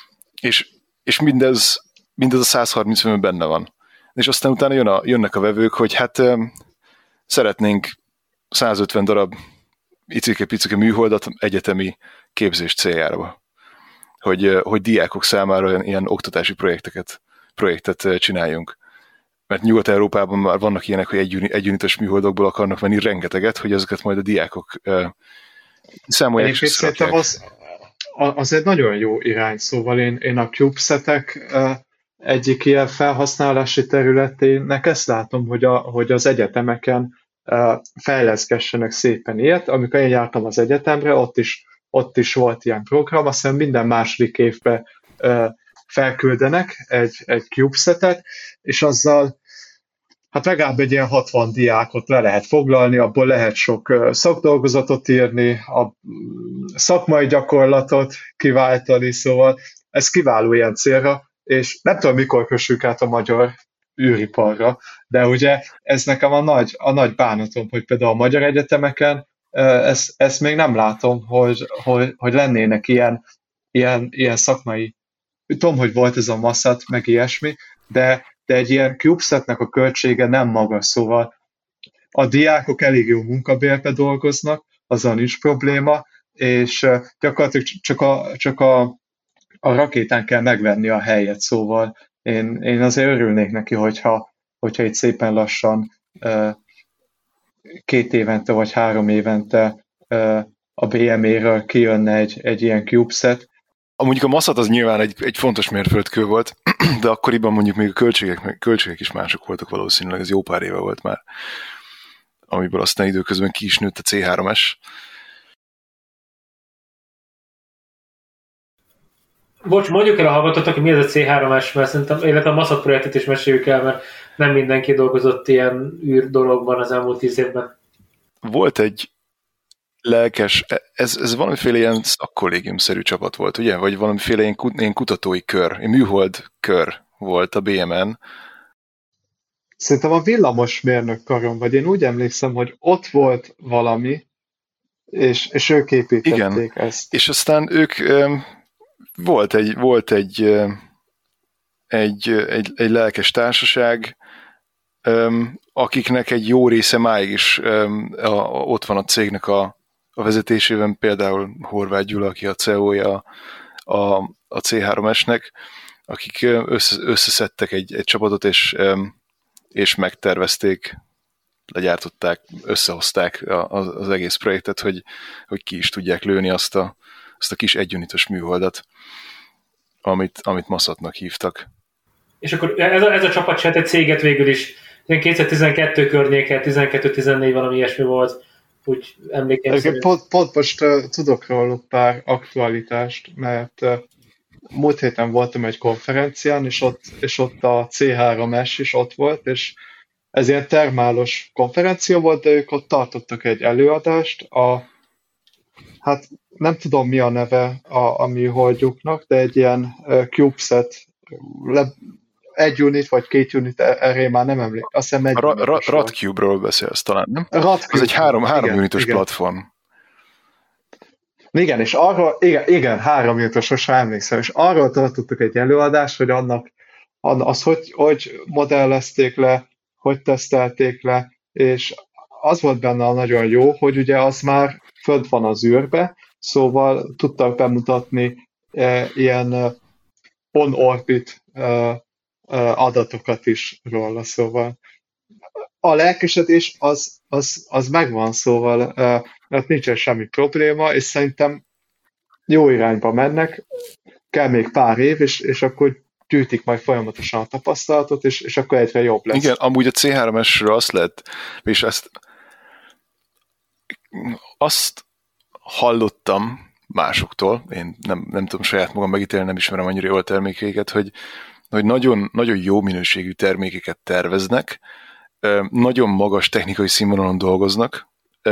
és mindez a 130 filmben benne van. És aztán utána jönnek a vevők, hogy hát szeretnénk 150 darab icike-picike műholdat egyetemi képzés céljára, hogy diákok számára ilyen oktatási projektet csináljunk. Mert Nyugat-Európában már vannak ilyenek, hogy egyunitos műholdokból akarnak venni rengeteget, hogy ezeket majd a diákok számolják és összerakják. Az egy nagyon jó irány, szóval én a CubeSat-ek egyik ilyen felhasználási területének ezt látom, hogy az egyetemeken fejleszgessenek szépen ilyet. Amikor én jártam az egyetemre, ott is volt ilyen program, aztán minden második évben felküldenek egy CubeSat-et, és azzal hát legalább egy ilyen 60 diákot le lehet foglalni, abból lehet sok szakdolgozatot írni, a szakmai gyakorlatot kiváltani, szóval ez kiváló ilyen célra, és nem tudom, mikor kössük át a magyar űriparra, de ugye ez nekem a nagy bánatom, hogy például a magyar egyetemeken ezt még nem látom, hogy lennének ilyen szakmai. Tudom, hogy volt ez a Massat, meg ilyesmi, de egy ilyen CubeSat-nek a költsége nem magas, szóval a diákok elég jó munkabérbe dolgoznak, azzal nincs probléma, és gyakorlatilag csak a rakétán kell megvenni a helyet, szóval én azért örülnék neki, hogyha itt szépen lassan 2 évente vagy 3 évente a BME-ről kijönne egy ilyen CubeSat. Mondjuk a Massat az nyilván egy fontos mérföldkő volt, de akkoriban mondjuk még a költségek is mások voltak valószínűleg, ez jó pár éve volt már, amiből aztán időközben ki is nőtt a C3S. Bocs, mondjuk el a hallgatóknak, hogy mi ez a C3S, mert szerintem, illetve a Massat projektet is meséljük el, mert nem mindenki dolgozott ilyen űr dologban az elmúlt 10 évben. Volt egy lelkes, ez valamiféle ilyen szakkollégiumszerű csapat volt, ugye? Vagy valamiféle ilyen kutatói kör, egy műhold kör volt a BMN. Szerintem a villamosmérnök karon, vagy én úgy emlékszem, hogy ott volt valami, és ők építették ezt. És aztán ők volt egy lelkes társaság, akiknek egy jó része máig is ott van a cégnek a a vezetésében, például Horváth Gyula, aki a CEO-ja a C3S-nek, akik összeszedtek egy csapatot, és megtervezték, legyártották, összehozták az egész projektet, hogy ki is tudják lőni azt a kis egyunitos műholdat, amit Maszatnak hívtak. És akkor ez a csapat csinált egy céget végül is. 2012 környéke, 12-14 valami ilyesmi volt, úgy emlékeztem. Pont most tudok róluk pár aktualitást, mert múlt héten voltam egy konferencián, és ott a C3S is ott volt, és ez ilyen termálos konferencia volt, de ők ott tartottak egy előadást, hát nem tudom mi a neve a műholdjuknak, de egy ilyen CubeSat, egy unit vagy 2 unit, erre már nem emlékszem. Azt hiszem Radcube-ról beszélsz talán, nem? Radcube. Ez egy 3 unitos platform. Igen, és arról, igen, 3 unitos, most emlékszem, és arról tartottuk egy előadást, hogy az hogy modellezték le, hogy tesztelték le, és az volt benne a nagyon jó, hogy ugye az már fönt van az űrbe, szóval tudtak bemutatni ilyen on-orbit adatokat is róla, szóval a lelkesedés az megvan, szóval mert nincsen semmi probléma, és szerintem jó irányba mennek, kell még pár év, és akkor gyűjtik majd folyamatosan a tapasztalatot, és akkor egyre jobb lesz. Igen, amúgy a C3S-ről azt lehet, és azt hallottam másoktól, én nem tudom saját magam megítélni, nem ismerem annyira jól termékeiket, hogy nagyon, nagyon jó minőségű termékeket terveznek, nagyon magas technikai színvonalon dolgoznak,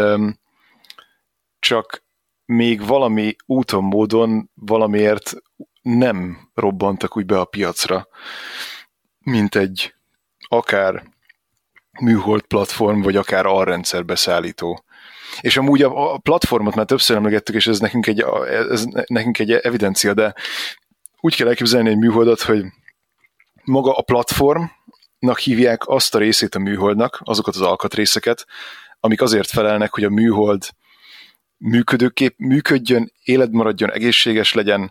csak még valami úton, módon valamiért nem robbantak úgy be a piacra, mint egy akár műhold platform, vagy akár alrendszer beszállító. És amúgy a platformot már többször emlegettük, és ez nekünk egy evidencia, de úgy kell elképzelni egy műholdat, hogy maga a platformnak hívják azt a részét a műholdnak, azokat az alkatrészeket, amik azért felelnek, hogy a műhold működjön, életben maradjon, egészséges legyen,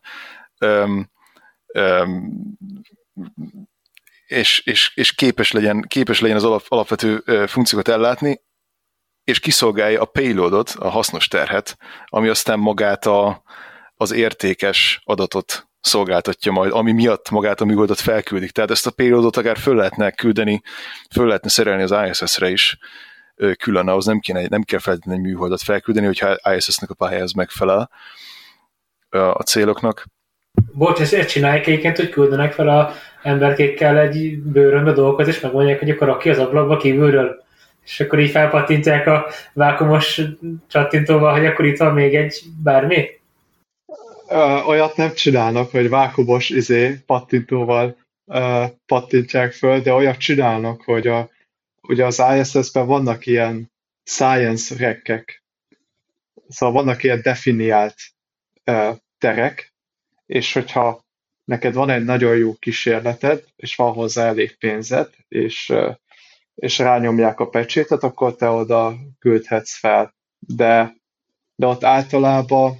és képes legyen az alapvető funkciókat ellátni, és kiszolgálja a payloadot, a hasznos terhet, ami aztán magát az értékes adatot szolgáltatja majd, ami miatt magát a műholdat felküldik. Tehát ezt a payloadot akár föl lehetne küldeni, föl lehetne szerelni az ISS-re is külön, ahhoz nem kell feltétlenül egy műholdat felküldeni, hogyha ISS-nek a pályához megfelel a céloknak. Bocs, ezt csinálják egyébként, hogy küldenek fel a emberkékkel egy bőrönbe dolgokat, és megmondják, hogy akkor aki az ablakba kívülről, és akkor így felpattintják a vákumos csattintóval, hogy akkor itt van még egy bármi? Olyat nem csinálnak, hogy vákumos pattintóval pattintják föl, de olyat csinálnak, hogy ugye az ISS-ben vannak ilyen science rekkek, szóval vannak ilyen definiált terek, és hogyha neked van egy nagyon jó kísérleted, és van hozzá elég pénzed, és rányomják a pecsétet, akkor te oda küldhetsz fel. De ott általában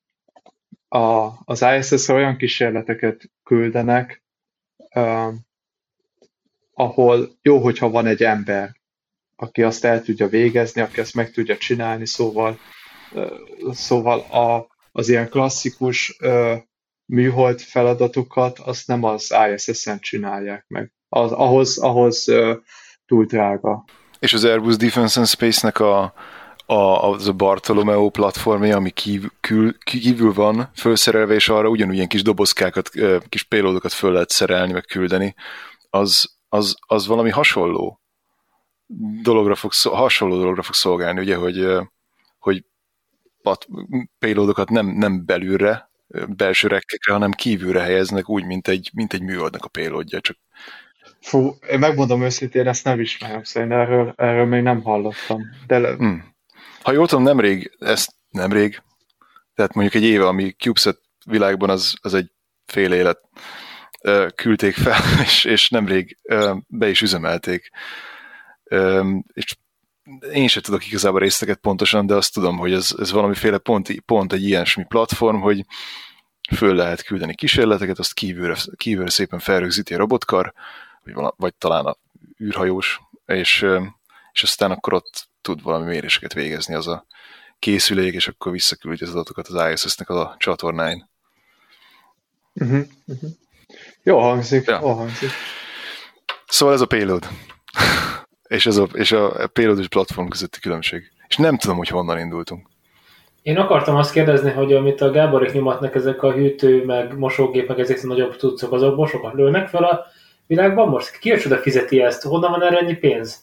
az ISS-re olyan kísérleteket küldenek, ahol jó, hogyha van egy ember, aki azt el tudja végezni, aki azt meg tudja csinálni, szóval az ilyen klasszikus műhold feladatokat azt nem az ISS-en csinálják meg. Ahhoz túl drága. És az Airbus Defence and Space-nek az a Bartolomeo platformja, ami kívül van fölszerelve, és arra ugyanúgy ilyen kis dobozkákat, kis payloadokat föl lehet szerelni, meg küldeni, az valami hasonló dologra fog szolgálni, ugye, hogy payloadokat nem belülre, belső rekkekre, hanem kívülre helyeznek úgy, mint egy műholdnak a payloadja, csak Fú, én megmondom őszintén, ezt nem ismerem, szerintem erről még nem hallottam. De Ha jól tudom, nemrég, tehát mondjuk egy éve, ami CubeSat világban az egy fél élet küldték fel, és nemrég be is üzemelték. És én sem tudok igazából részleteket pontosan, de azt tudom, hogy ez valamiféle pont egy ilyesmi platform, hogy föl lehet küldeni kísérleteket, azt kívülre szépen felrögzíti a robotkar, vagy talán a űrhajós, és aztán akkor ott tud valami méréseket végezni az a készülék, és akkor visszaküldi az adatokat az ISS-nek a csatornáin. Jó hangzik, jó hangzik. Szóval ez a payload. és a payload és platform közötti különbség. És nem tudom, hogy honnan indultunk. Én akartam azt kérdezni, hogy amit a Gáborék nyomatnak, ezek a hűtő, meg mosógép, meg ezek a nagyobb cuccok, azokból sokat lőnek fel a világban most? Ki oda fizeti ezt? Honnan van erre ennyi pénz?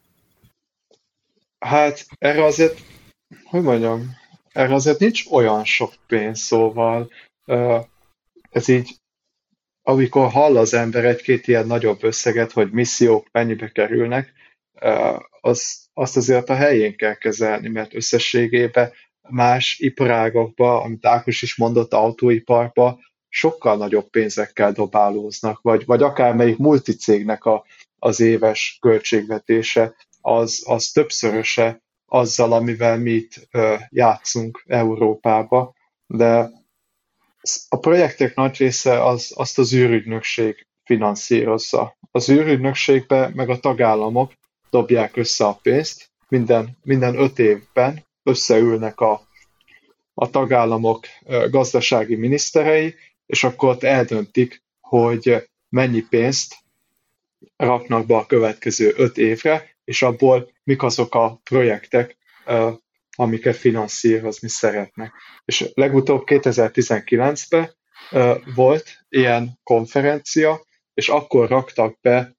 Hát erre azért, hogy mondjam, erre azért nincs olyan sok pénz, szóval ez így, amikor hall az ember egy-két ilyen nagyobb összeget, hogy missziók mennyibe kerülnek, azt azért a helyén kell kezelni, mert összességében más iparágokban, amit Ákos is mondott, autóiparban sokkal nagyobb pénzekkel dobálóznak, vagy akármelyik multicégnek az éves költségvetése, az többszöröse azzal, amivel mi itt játszunk Európába, de a projektek nagy része azt az űrügynökség finanszírozza. Az űrügynökségbe meg a tagállamok dobják össze a pénzt, minden 5 évben összeülnek a tagállamok gazdasági miniszterei, és akkor ott eldöntik, hogy mennyi pénzt raknak be a következő 5 évre, és abból mik azok a projektek, amiket finanszírozni szeretnek. És legutóbb 2019-ben volt ilyen konferencia, és akkor raktak be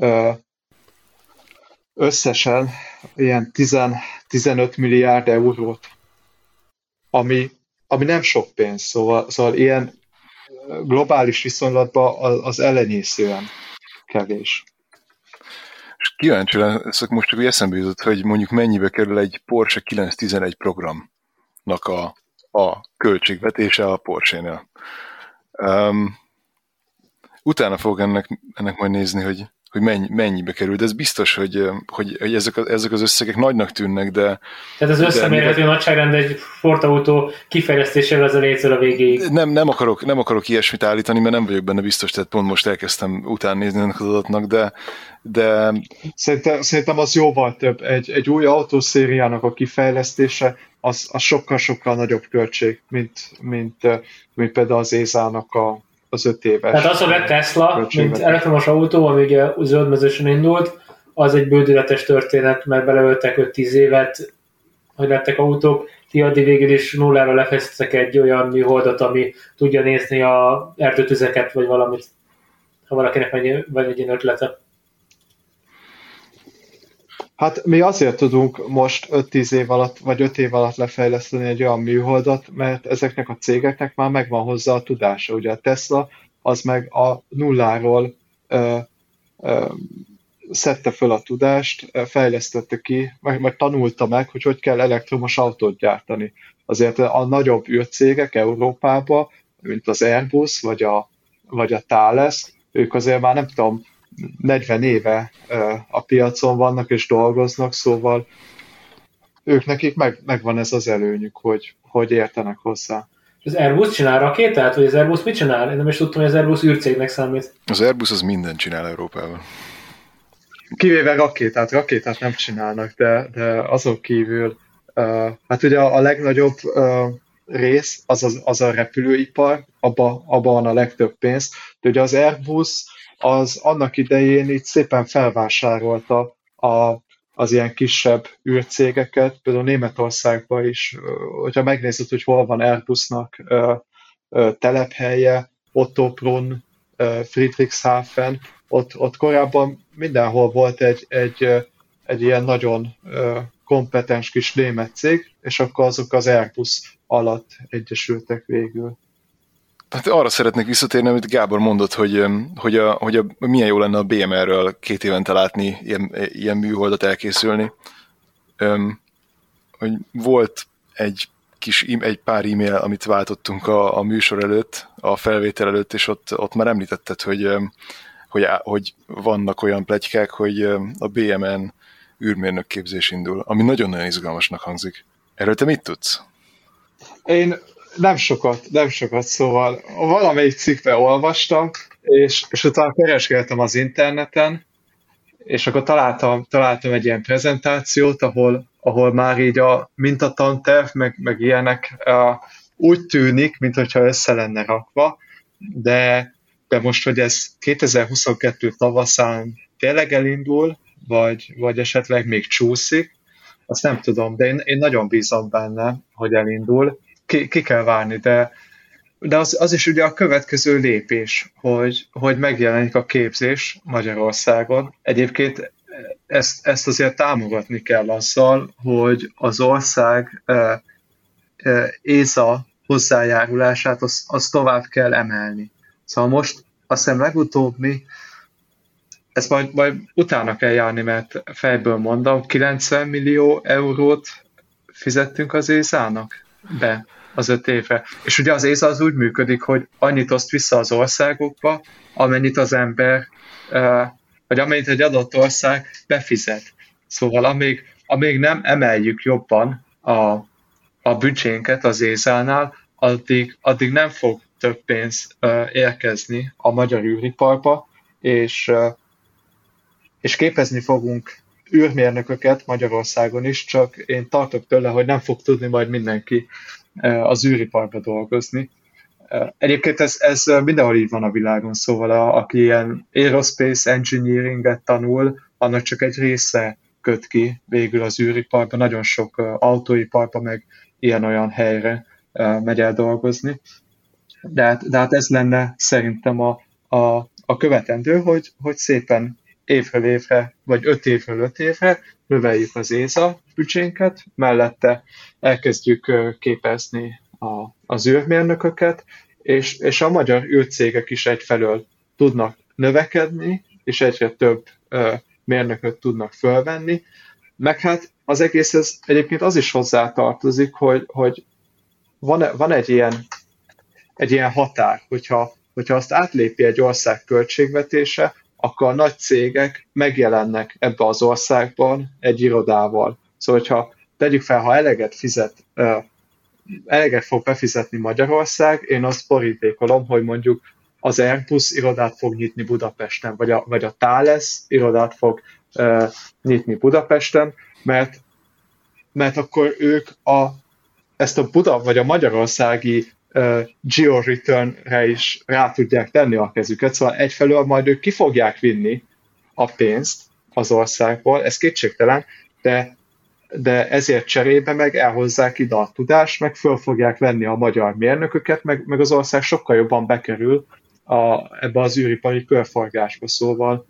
összesen ilyen 15 milliárd eurót, ami nem sok pénz, szóval ilyen globális viszonylatban az elenyészően kevés. És kíváncsi leszek, most csak úgy eszembe jutott, hogy mondjuk mennyibe kerül egy Porsche 911 programnak a költségvetése a Porsche-nél. Utána fogok ennek majd nézni, hogy mennyibe kerül, de ez biztos, hogy ezek az összegek nagynak tűnnek, de... Tehát az összemérhető nagyságrend egy Ford autó kifejlesztésével az elétől a végéig. Nem akarok ilyesmit állítani, mert nem vagyok benne biztos, tehát pont most elkezdtem utána nézni ennek az adatnak, de... Szerintem az jóval több. Egy új autószériának a kifejlesztése az sokkal-sokkal nagyobb költség, mint például az ESA-nak az 5 éves. Tehát az, hogy a Tesla, mint elektromos autó, ami ugye zöldmezősen indult, az egy bődületes történet, mert beleöltek 5-10 évet, hogy lettek autók, ti addig végül is nullára lefesztek egy olyan műholdat, ami tudja nézni a erdőtüzeket, vagy valamit, ha valakinek van egy ilyen ötlete. Hát mi azért tudunk most 5-10 év alatt, vagy 5 év alatt lefejleszteni egy olyan műholdat, mert ezeknek a cégeknek már megvan hozzá a tudása. Ugye a Tesla az meg a nulláról szedte föl a tudást, fejlesztette ki, meg tanulta meg, hogy kell elektromos autót gyártani. Azért a nagyobb űrcégek Európában, mint az Airbus, vagy a Thales, ők azért már nem tudom, 40 éve a piacon vannak és dolgoznak, szóval ők nekik megvan ez az előnyük, hogy értenek hozzá. Az Airbus csinál rakétát, vagy az Airbus mit csinál? Én nem is tudtam, hogy az Airbus űrcégnek számít. Az Airbus az mindent csinál Európában. Kivéve rakétát nem csinálnak, de azon kívül, hát ugye a legnagyobb rész az a repülőipar, abban van a legtöbb pénz, de ugye az Airbus az annak idején így szépen felvásárolta az ilyen kisebb űrcégeket, például Németországban is, hogyha megnézed, hogy hol van Airbusnak telephelye, Ottobrunn, Friedrichshafen, ott korábban mindenhol volt egy ilyen nagyon kompetens kis német cég, és akkor azok az Airbus alatt egyesültek végül. Hát arra szeretnék visszatérni, amit Gábor mondott, hogy milyen jó lenne a BMR-ről 2 évente látni ilyen műholdat elkészülni. Hogy volt egy pár e-mail, amit váltottunk a műsor előtt, a felvétel előtt, és ott már említetted, hogy vannak olyan pletykák, hogy a BMN űrmérnök képzés indul, ami nagyon-nagyon izgalmasnak hangzik. Erről te mit tudsz? Én nem sokat, szóval valamelyik cikkben olvastam, és utána keresgéltem az interneten, és akkor találtam egy ilyen prezentációt, ahol már így a mintatanterv, meg ilyenek úgy tűnik, mintha össze lenne rakva, de most, hogy ez 2022 tavaszán tényleg elindul, vagy esetleg még csúszik, azt nem tudom, de én nagyon bízom benne, hogy elindul. Ki kell várni, de az is ugye a következő lépés, hogy megjelenik a képzés Magyarországon. Egyébként ezt azért támogatni kell azzal, hogy az ország ÉSA hozzájárulását azt tovább kell emelni. Szóval most azt hiszem legutóbb ezt majd utána kell járni, mert fejből mondom, 90 millió eurót fizettünk az ÉSA-nak be az 5 évre. És ugye az ÉSA az úgy működik, hogy annyit oszt vissza az országokba, amennyit az ember, vagy amennyit egy adott ország befizet. Szóval amíg nem emeljük jobban a büdzsénket az ÉSA-nál, addig nem fog több pénz érkezni a magyar űriparba, és képezni fogunk űrmérnököket Magyarországon is, csak én tartok tőle, hogy nem fog tudni majd mindenki az űriparba dolgozni. Egyébként ez mindenhol így van a világon, szóval aki ilyen aerospace engineeringet tanul, annak csak egy része köt ki végül az űriparba, nagyon sok autóiparba, meg ilyen-olyan helyre megy el dolgozni. De hát ez lenne szerintem a követendő, hogy szépen évről évre, vagy 5 évről 5 évre növeljük az ÉSA büdzsénket, mellette elkezdjük képezni az űrmérnököket, és a magyar űrcégek is egyfelől tudnak növekedni, és egyre több mérnököt tudnak fölvenni, meg hát az egészhez egyébként az is hozzátartozik, hogy van egy ilyen határ, hogyha azt átlépi egy ország költségvetése, akkor a nagy cégek megjelennek ebbe az országban egy irodával. Szóval, hogyha tegyük fel, ha eleget fog befizetni Magyarország, én azt borítékolom, hogy mondjuk az Airbus irodát fog nyitni Budapesten, vagy a Thales irodát fog nyitni Budapesten, mert akkor ők ezt a vagy a magyarországi geo-return-re is rá tudják tenni a kezüket, szóval egyfelől majd ők ki fogják vinni a pénzt az országból, ez kétségtelen, de ezért cserébe meg elhozzák ide a tudást, meg föl fogják venni a magyar mérnököket, meg az ország sokkal jobban bekerül ebbe az űripari körforgásba, szóval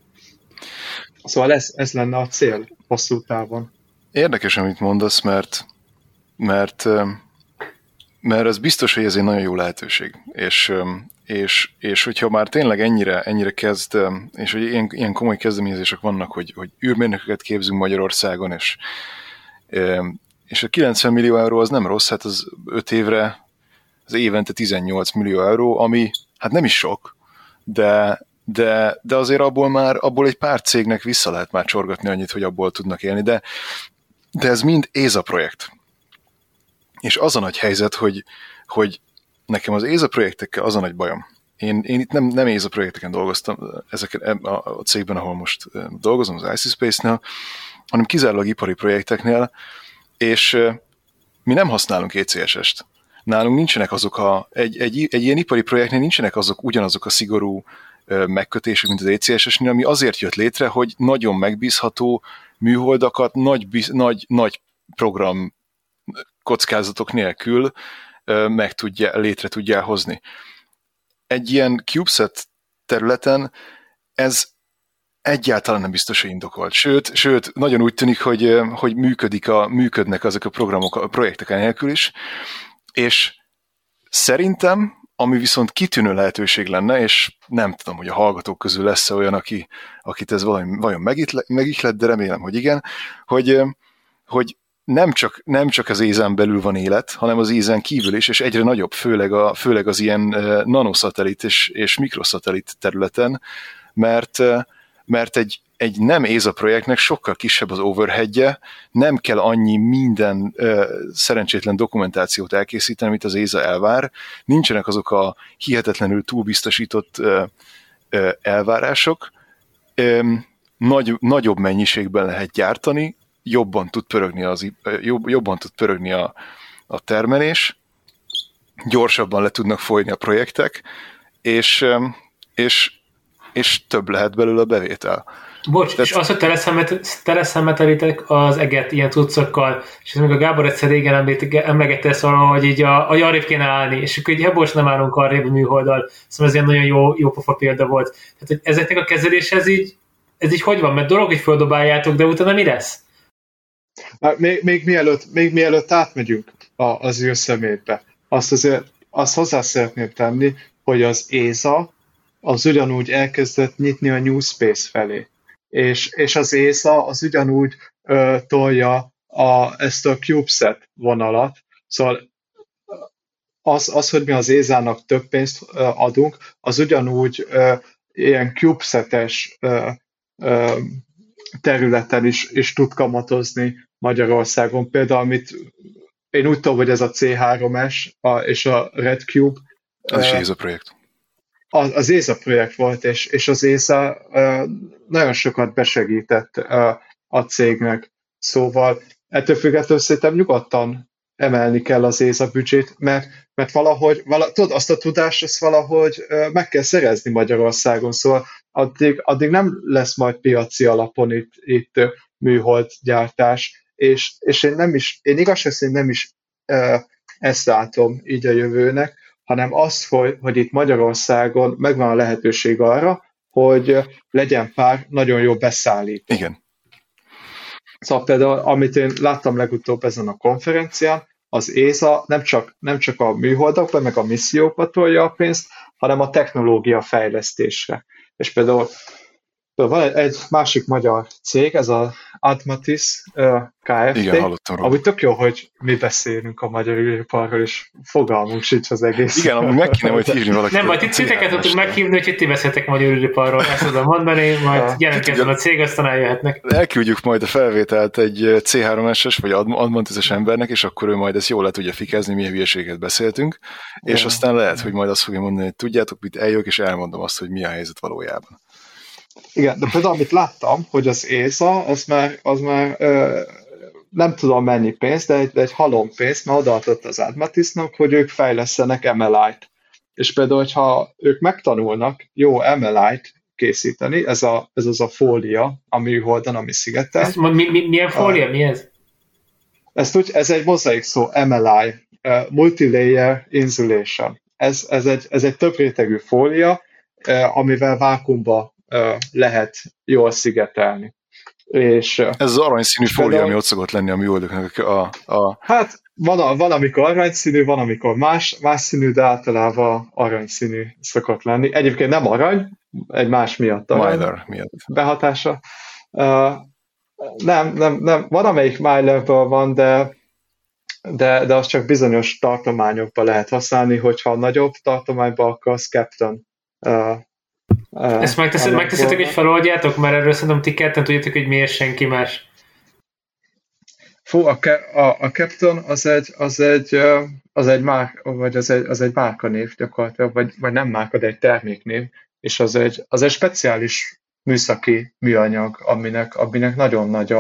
ez lenne a cél hosszú távon. Érdekes, amit mondasz, mert az biztos, hogy ez egy nagyon jó lehetőség, és hogyha már tényleg ennyire kezd, és hogy ilyen komoly kezdeményezések vannak, hogy űrmérnököket képzünk Magyarországon, és a 90 millió euró az nem rossz, hát az 5 évre, az évente 18 millió euró, ami hát nem is sok, de azért abból egy pár cégnek vissza lehet már csorgatni annyit, hogy abból tudnak élni, de ez mind ÉSA projekt. És az a nagy helyzet, hogy nekem az ÉSA projektekkel az a nagy bajom. Én itt nem ÉSA projekteken dolgoztam a cégben, ahol most dolgozom, az IC Space-nél, hanem kizárólag ipari projekteknél, és mi nem használunk ECSS-t. Nálunk nincsenek azok egy ilyen ipari projektnél nincsenek ugyanazok a szigorú megkötések, mint az ECSS-nél, ami azért jött létre, hogy nagyon megbízható műholdakat nagy program kockázatok nélkül létre tudjál hozni. Egy ilyen CubeSat területen ez egyáltalán nem biztos, hogy indokolt. Sőt, nagyon úgy tűnik, hogy működnek azok a programok a projektek nélkül is, és szerintem, ami viszont kitűnő lehetőség lenne, és nem tudom, hogy a hallgatók közül lesz olyan, akit ez vajon megihlet, de remélem, hogy igen, hogy nem csak az ÉSA-n belül van élet, hanem az ÉSA-n kívül is, és egyre nagyobb, főleg az ilyen nanoszatellit és mikroszatellit területen, mert mert egy nem ÉZA projektnek sokkal kisebb az overheadje, nem kell annyi minden szerencsétlen dokumentációt elkészíteni, amit az ÉZA elvár, nincsenek azok a hihetetlenül túlbiztosított elvárások, nagyobb mennyiségben lehet gyártani, jobban tud pörögni a termelés, gyorsabban le tudnak folyni a projektek, és több lehet belőle a bevétel. Bocs, és azt, hogy teleszemetelitek az eget ilyen cuccokkal, és ez még a Gábor egyszer régen emlegette ezt arra, hogy így hogy arrébb kéne állni, és akkor így bocs, nem állunk arrébb a műholddal. Szóval ez ilyen nagyon jó pofa példa volt. Tehát, hogy ezeknek a kezelés ez így hogy van? Mert dolog, hogy földobáljátok, de utána mi lesz? Még mielőtt átmegyünk az űrszemétbe, azt hozzá szeretném tenni, hogy az ÉZA az ugyanúgy elkezdett nyitni a New Space felé. És az ÉZA az ugyanúgy tolja ezt a CubeSat vonalat. Szóval az, hogy mi az ÉZA-nak több pénzt adunk, az ugyanúgy ilyen CubeSat-es területen is tud kamatozni Magyarországon. Például, amit én úgy tudom, hogy ez a C3S és a Red Cube. Az is ÉZA projekt. Az ÉZA projekt volt, és az ÉZA nagyon sokat besegített a cégnek. Szóval ettől függetlenül szerintem nyugodtan emelni kell az ÉZA büdzsét, mert valahogy tudod, azt a tudást azt valahogy meg kell szerezni Magyarországon, szóval addig nem lesz majd piaci alapon itt műholdgyártás, és én igazság szerint nem is ezt látom így a jövőnek, hanem az, hogy itt Magyarországon megvan a lehetőség arra, hogy legyen pár nagyon jó beszállító. Igen. Szóval például, amit én láttam legutóbb ezen a konferencián, az ÉZA nem csak a műholdakba, meg a missziókba tolja a pénzt, hanem a technológia fejlesztésre. És például van egy másik magyar cég, ez az Admatis Kft. Igen, ami tök jó, hogy mi beszélünk a magyar űriparról, és fogalmunk sincs az egész. Igen, amúgy meg kéne majd hívni valakit. Nem, majd itt titeket tudunk meghívni, hogy ti beszéltek magyar űriparról, ezt tudom mondani, majd jelentkezzen a cég, aztán eljöhetnek. Elküldjük majd a felvételt egy C3S-es vagy Admatis-es embernek, és akkor ő majd ezt jól le tudja fikezni, milyen hülyeséget beszéltünk, és aztán lehet, hogy majd azt fogja mondani, hogy tudjátok, mit eljövök, és elmondom azt, hogy mi a helyzet valójában. Igen, de például amit láttam, hogy az ÉZA, az már nem tudom mennyi pénz, de egy halom pénz, mert odaadott az Admatisnak, hogy ők fejlesztenek MLI-t. És például, hogyha ők megtanulnak jó MLI-t készíteni, ez az a fólia, ami műholdon, ami szigetel. Milyen fólia? Mi ez? Ez egy mozaik szó, MLI, Multilayer Insulation. Ez egy több rétegű fólia, amivel vákuumba lehet jól szigetelni. És, ez az aranyszínű fólia, ami ott szokott lenni a műholdoknak. Hát van, amikor aranyszínű, van, amikor más színű, de általában aranyszínű szokott lenni. Egyébként nem arany, egy más miatt arany behatása. Nem, van, amelyik Mylerből van, de az csak bizonyos tartományokban lehet használni, hogyha nagyobb tartományban akarsz Captain. Ezt megteszitek, hogy feloldjátok, mert erről szerintem ti ketten tudjátok, hogy miért senki más. Fú, a Captain az egy márkanév gyakorlatilag, vagy nem márka, de egy terméknév, és az egy speciális műszaki műanyag, aminek nagyon nagy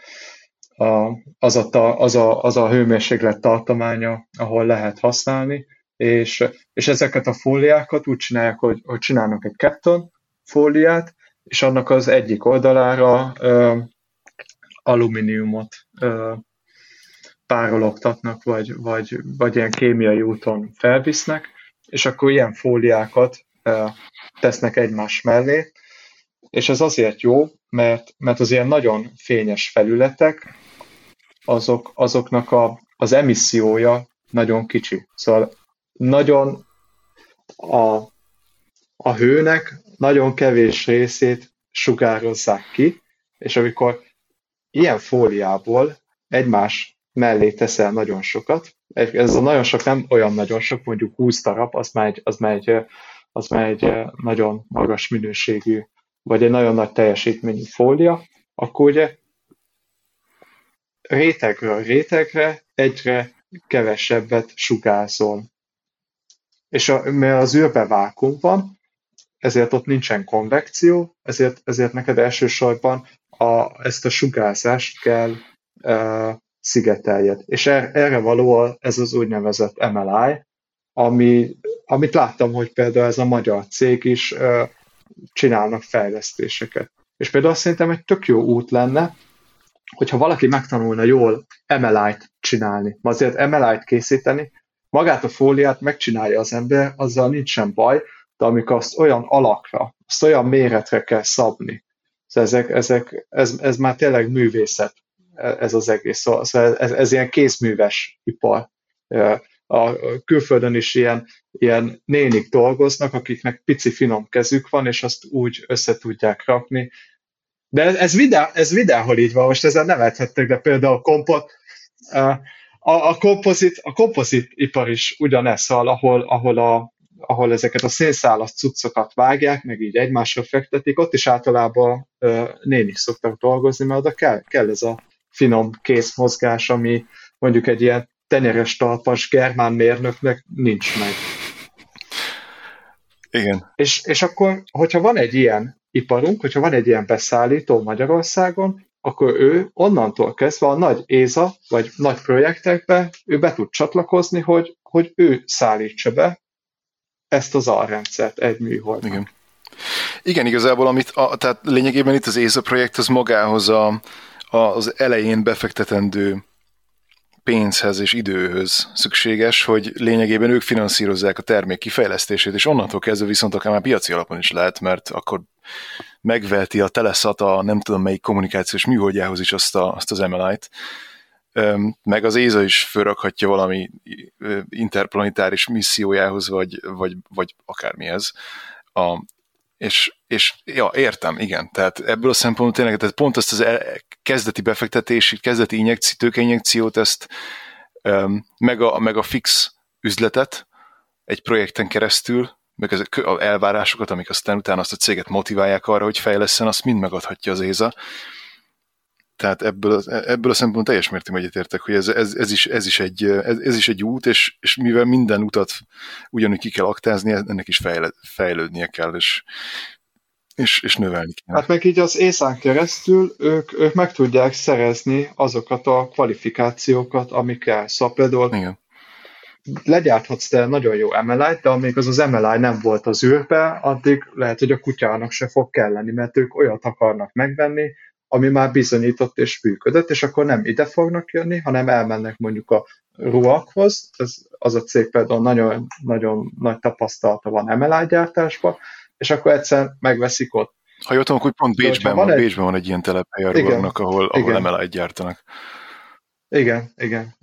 az a hőmérséklet tartománya, ahol lehet használni, és ezeket a fóliákat úgy csinálják, hogy csinálnak egy Captain fóliát, és annak az egyik oldalára alumíniumot párologtatnak, vagy ilyen kémiai úton felvisznek, és akkor ilyen fóliákat tesznek egymás mellé, és ez azért jó, mert az ilyen nagyon fényes felületek, azoknak az emissziója nagyon kicsi. Szóval nagyon a hőnek nagyon kevés részét sugározzák ki, és amikor ilyen fóliából egymás mellé teszel nagyon sokat, ez a nagyon sok nem olyan nagyon sok, mondjuk 20 darab, az már egy nagyon magas minőségű vagy egy nagyon nagy teljesítményű fólia, akkor ugye rétegről rétegre egyre kevesebbet sugárzol. És mert az űrben vákuum van, ezért ott nincsen konvekció, ezért neked elsősorban ezt a sugárzást kell szigeteljed. És erre való ez az úgynevezett MLI, amit láttam, hogy például ez a magyar cég is csinálnak fejlesztéseket. És például szerintem egy tök jó út lenne, hogyha valaki megtanulna jól MLI-t csinálni. Azért MLI-t készíteni, magát a fóliát megcsinálja az ember, azzal nincsen baj, de amikor azt olyan alakra, azt olyan méretre kell szabni, ez már tényleg művészet, ez az egész. Szóval ez ilyen kézműves ipar. A külföldön is ilyen nénik dolgoznak, akiknek pici finom kezük van, és azt úgy össze tudják rakni. De ez videóhol így van, most ezzel nevethettek, de például a kompozit ipar is ugyanez, szóval, ahol ezeket a szénszálas cuccokat vágják, meg így egymásra fektetik, ott is általában nénik szoktak dolgozni, mert oda kell ez a finom kézmozgás, ami mondjuk egy ilyen tenyeres talpas germán mérnöknek nincs meg. Igen. És akkor, hogyha van egy ilyen iparunk, hogyha van egy ilyen beszállító Magyarországon, akkor ő onnantól kezdve a nagy ÉZA, vagy nagy projektekbe ő be tud csatlakozni, hogy ő szállítsa be ezt az alrendszert egy műholdnak. Igen, igazából tehát lényegében itt az ÉZA projekt az magához az elején befektetendő pénzhez és időhöz szükséges, hogy lényegében ők finanszírozzák a termék kifejlesztését, és onnantól kezdve viszont akár már piaci alapon is lehet, mert akkor megveheti a Teleszat a nem tudom melyik kommunikációs műholdjához is azt az MLI-t, meg az ÉZA is fölrakhatja valami interplanitáris missziójához, vagy akármihez. És ja, értem, igen. Tehát ebből a szempontból tényleg, tehát pont ezt az kezdeti befektetési, kezdeti tőkeinjekciót, ezt meg a fix üzletet egy projekten keresztül, meg az elvárásokat, amik aztán utána azt a céget motiválják arra, hogy fejlesszen, azt mind megadhatja az ÉZA. Tehát ebből a szempontból teljes mértékben egyetértek, hogy ez is egy út, és mivel minden utat ugyanúgy ki kell aktázni, ennek is fejlődnie kell, és növelni kell. Hát meg így az ÉZA-n keresztül ők meg tudják szerezni azokat a kvalifikációkat, amik kell. Szóval például igen. Legyárthatsz te nagyon jó MLI-t, de amíg az MLI nem volt az űrbe, addig lehet, hogy a kutyának se fog kelleni, mert ők olyat akarnak megvenni, ami már bizonyított és működött, és akkor nem ide fognak jönni, hanem elmennek mondjuk a RUAG-hoz, az a cég például nagyon, nagyon nagy tapasztalata van MLI gyártásban, és akkor egyszer megveszik ott. Ha jól tudom, hogy pont Bécsben van egy ilyen telephely a RUAG-nak, ahol MLI-t gyártanak. Igen.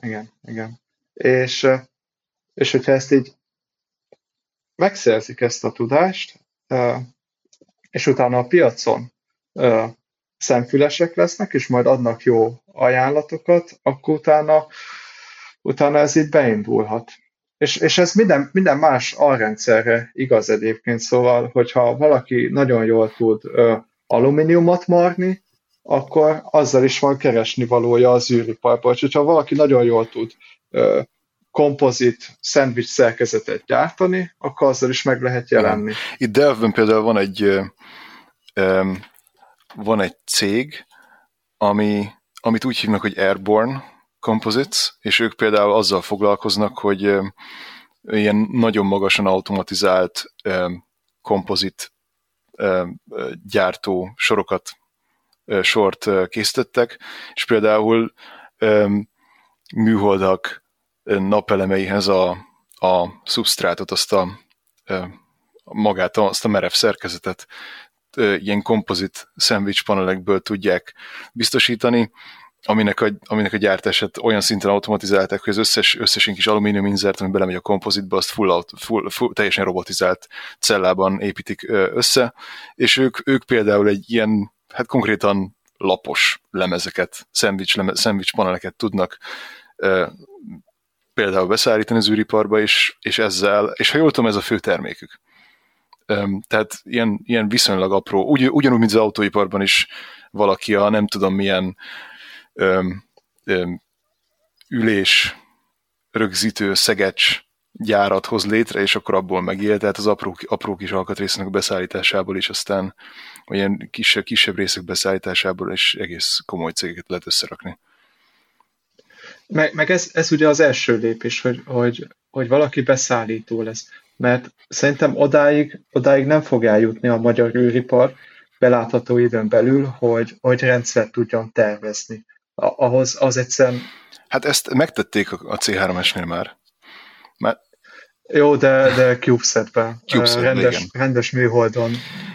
És hogyha ezt így megszerzik ezt a tudást, és utána a piacon szemfülesek lesznek, és majd adnak jó ajánlatokat, akkor utána ez így beindulhat. És ez minden más alrendszerre igaz egyébként, szóval, hogyha valaki nagyon jól tud alumíniumot marni, akkor azzal is van keresni valója az űriparban. És hogyha valaki nagyon jól tud kompozit szendvics szerkezetet gyártani, akkor azzal is meg lehet jelenni. Itt Delftben például van egy cég, amit úgy hívnak, hogy Airborne Composites, és ők például azzal foglalkoznak, hogy ilyen nagyon magasan automatizált kompozit gyártó sort készítettek, és például műholdak napelemeihez a szubsztrátot, azt a merev szerkezetet ilyen kompozit szendvics panelekből tudják biztosítani, aminek a gyártását olyan szinten automatizálták, hogy az összes kis alumínium inzert, ami belemegy a kompozitba, azt full teljesen robotizált cellában építik össze, és ők például egy ilyen, hát konkrétan lapos lemezeket, szendvics paneleket tudnak például beszállítani az űriparba, és ezzel, és ha jól tudom, ez a fő termékük. Tehát ilyen viszonylag apró, ugyanúgy, mint az autóiparban is valaki a nem tudom milyen ülés rögzítő szegecs gyárat hoz létre, és akkor abból megél, tehát az apró kis alkatrésznek a beszállításából is, aztán olyan kisebb részek beszállításából is egész komoly cégeket lehet összerakni. Meg ez ugye az első lépés, hogy valaki beszállító lesz. Mert szerintem odáig nem fog eljutni a magyar űripar belátható időn belül, hogy rendszert tudjon tervezni. Ahhoz az egyszerűen... Hát ezt megtették a C3S-nél már. Jó, de CubeSat-ben. Rendes műholdon.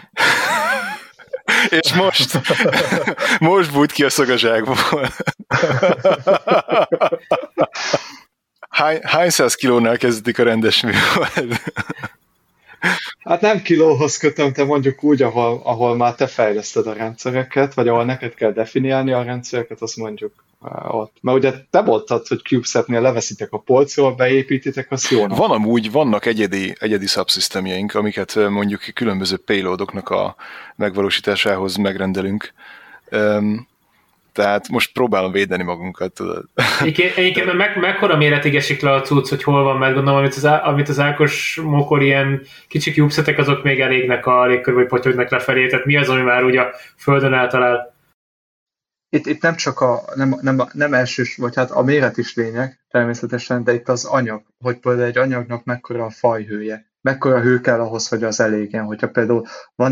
És most bújt ki a szagazsákból. Hány száz kilónál kezdődik a rendes műhold? Hát nem kilóhoz kötöm, te mondjuk úgy, ahol már te fejleszted a rendszereket, vagy ahol neked kell definiálni a rendszereket, azt mondjuk ott. Mert ugye te mondtad, hogy CubeSat-nél leveszitek a polcról, beépítitek, az jónak. Vannak egyedi subsystemjeink, amiket mondjuk különböző payloadoknak a megvalósításához megrendelünk. Tehát most próbálom védeni magunkat, tudod. Egyébként mekkora méretig esik le a cucc, hogy hol van, mert gondolom, amit az Ákos mokor, ilyen kicsi CubeSatek, azok még elégnek a légkörbe, vagy potyognak lefelé, tehát mi az, ami már úgy a Földön eltalál? Itt nem csak nem elsős, vagy hát a méret is lényeg, természetesen, de itt az anyag, hogy például egy anyagnak mekkora a fajhője, mekkora hő kell ahhoz, hogy az elégjen. Hogyha például van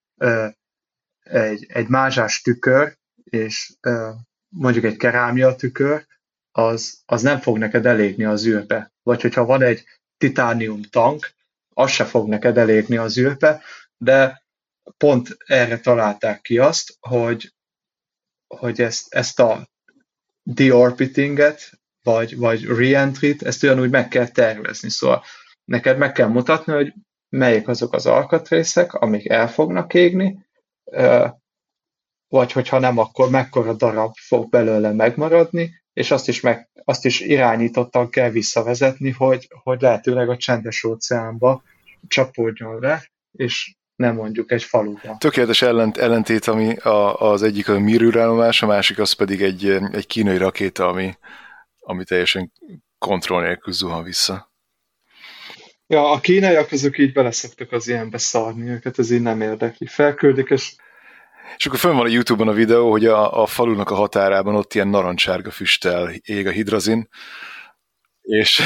egy mázsás tükör, és mondjuk egy kerámia tükör, az nem fog neked elégni az űrbe. Vagy hogyha van egy titánium tank, az se fog neked elégni az űrbe, de pont erre találták ki azt, hogy ezt a deorbitinget, vagy re-entry-t, ezt ugyanúgy meg kell tervezni. Szóval neked meg kell mutatni, hogy melyik azok az alkatrészek, amik el fognak égni, vagy hogyha nem, akkor mekkora darab fog belőle megmaradni, és azt is irányítottan kell visszavezetni, hogy lehetőleg a csendes óceánba csapódjon le, és nem mondjuk egy faluba. Tökéletes ellentét, ami az egyik a Mir űrállomás, a másik az pedig egy kínai rakéta, ami teljesen kontroll nélkül zuhan vissza. Ja, a kínaiak azok így beleszoktak az ilyenbe szarni, őket ez így nem érdekli. Felküldik, és akkor fönn van a YouTube-on a videó, hogy a falunak a határában ott ilyen narancsárga füsttel ég a hidrazin, és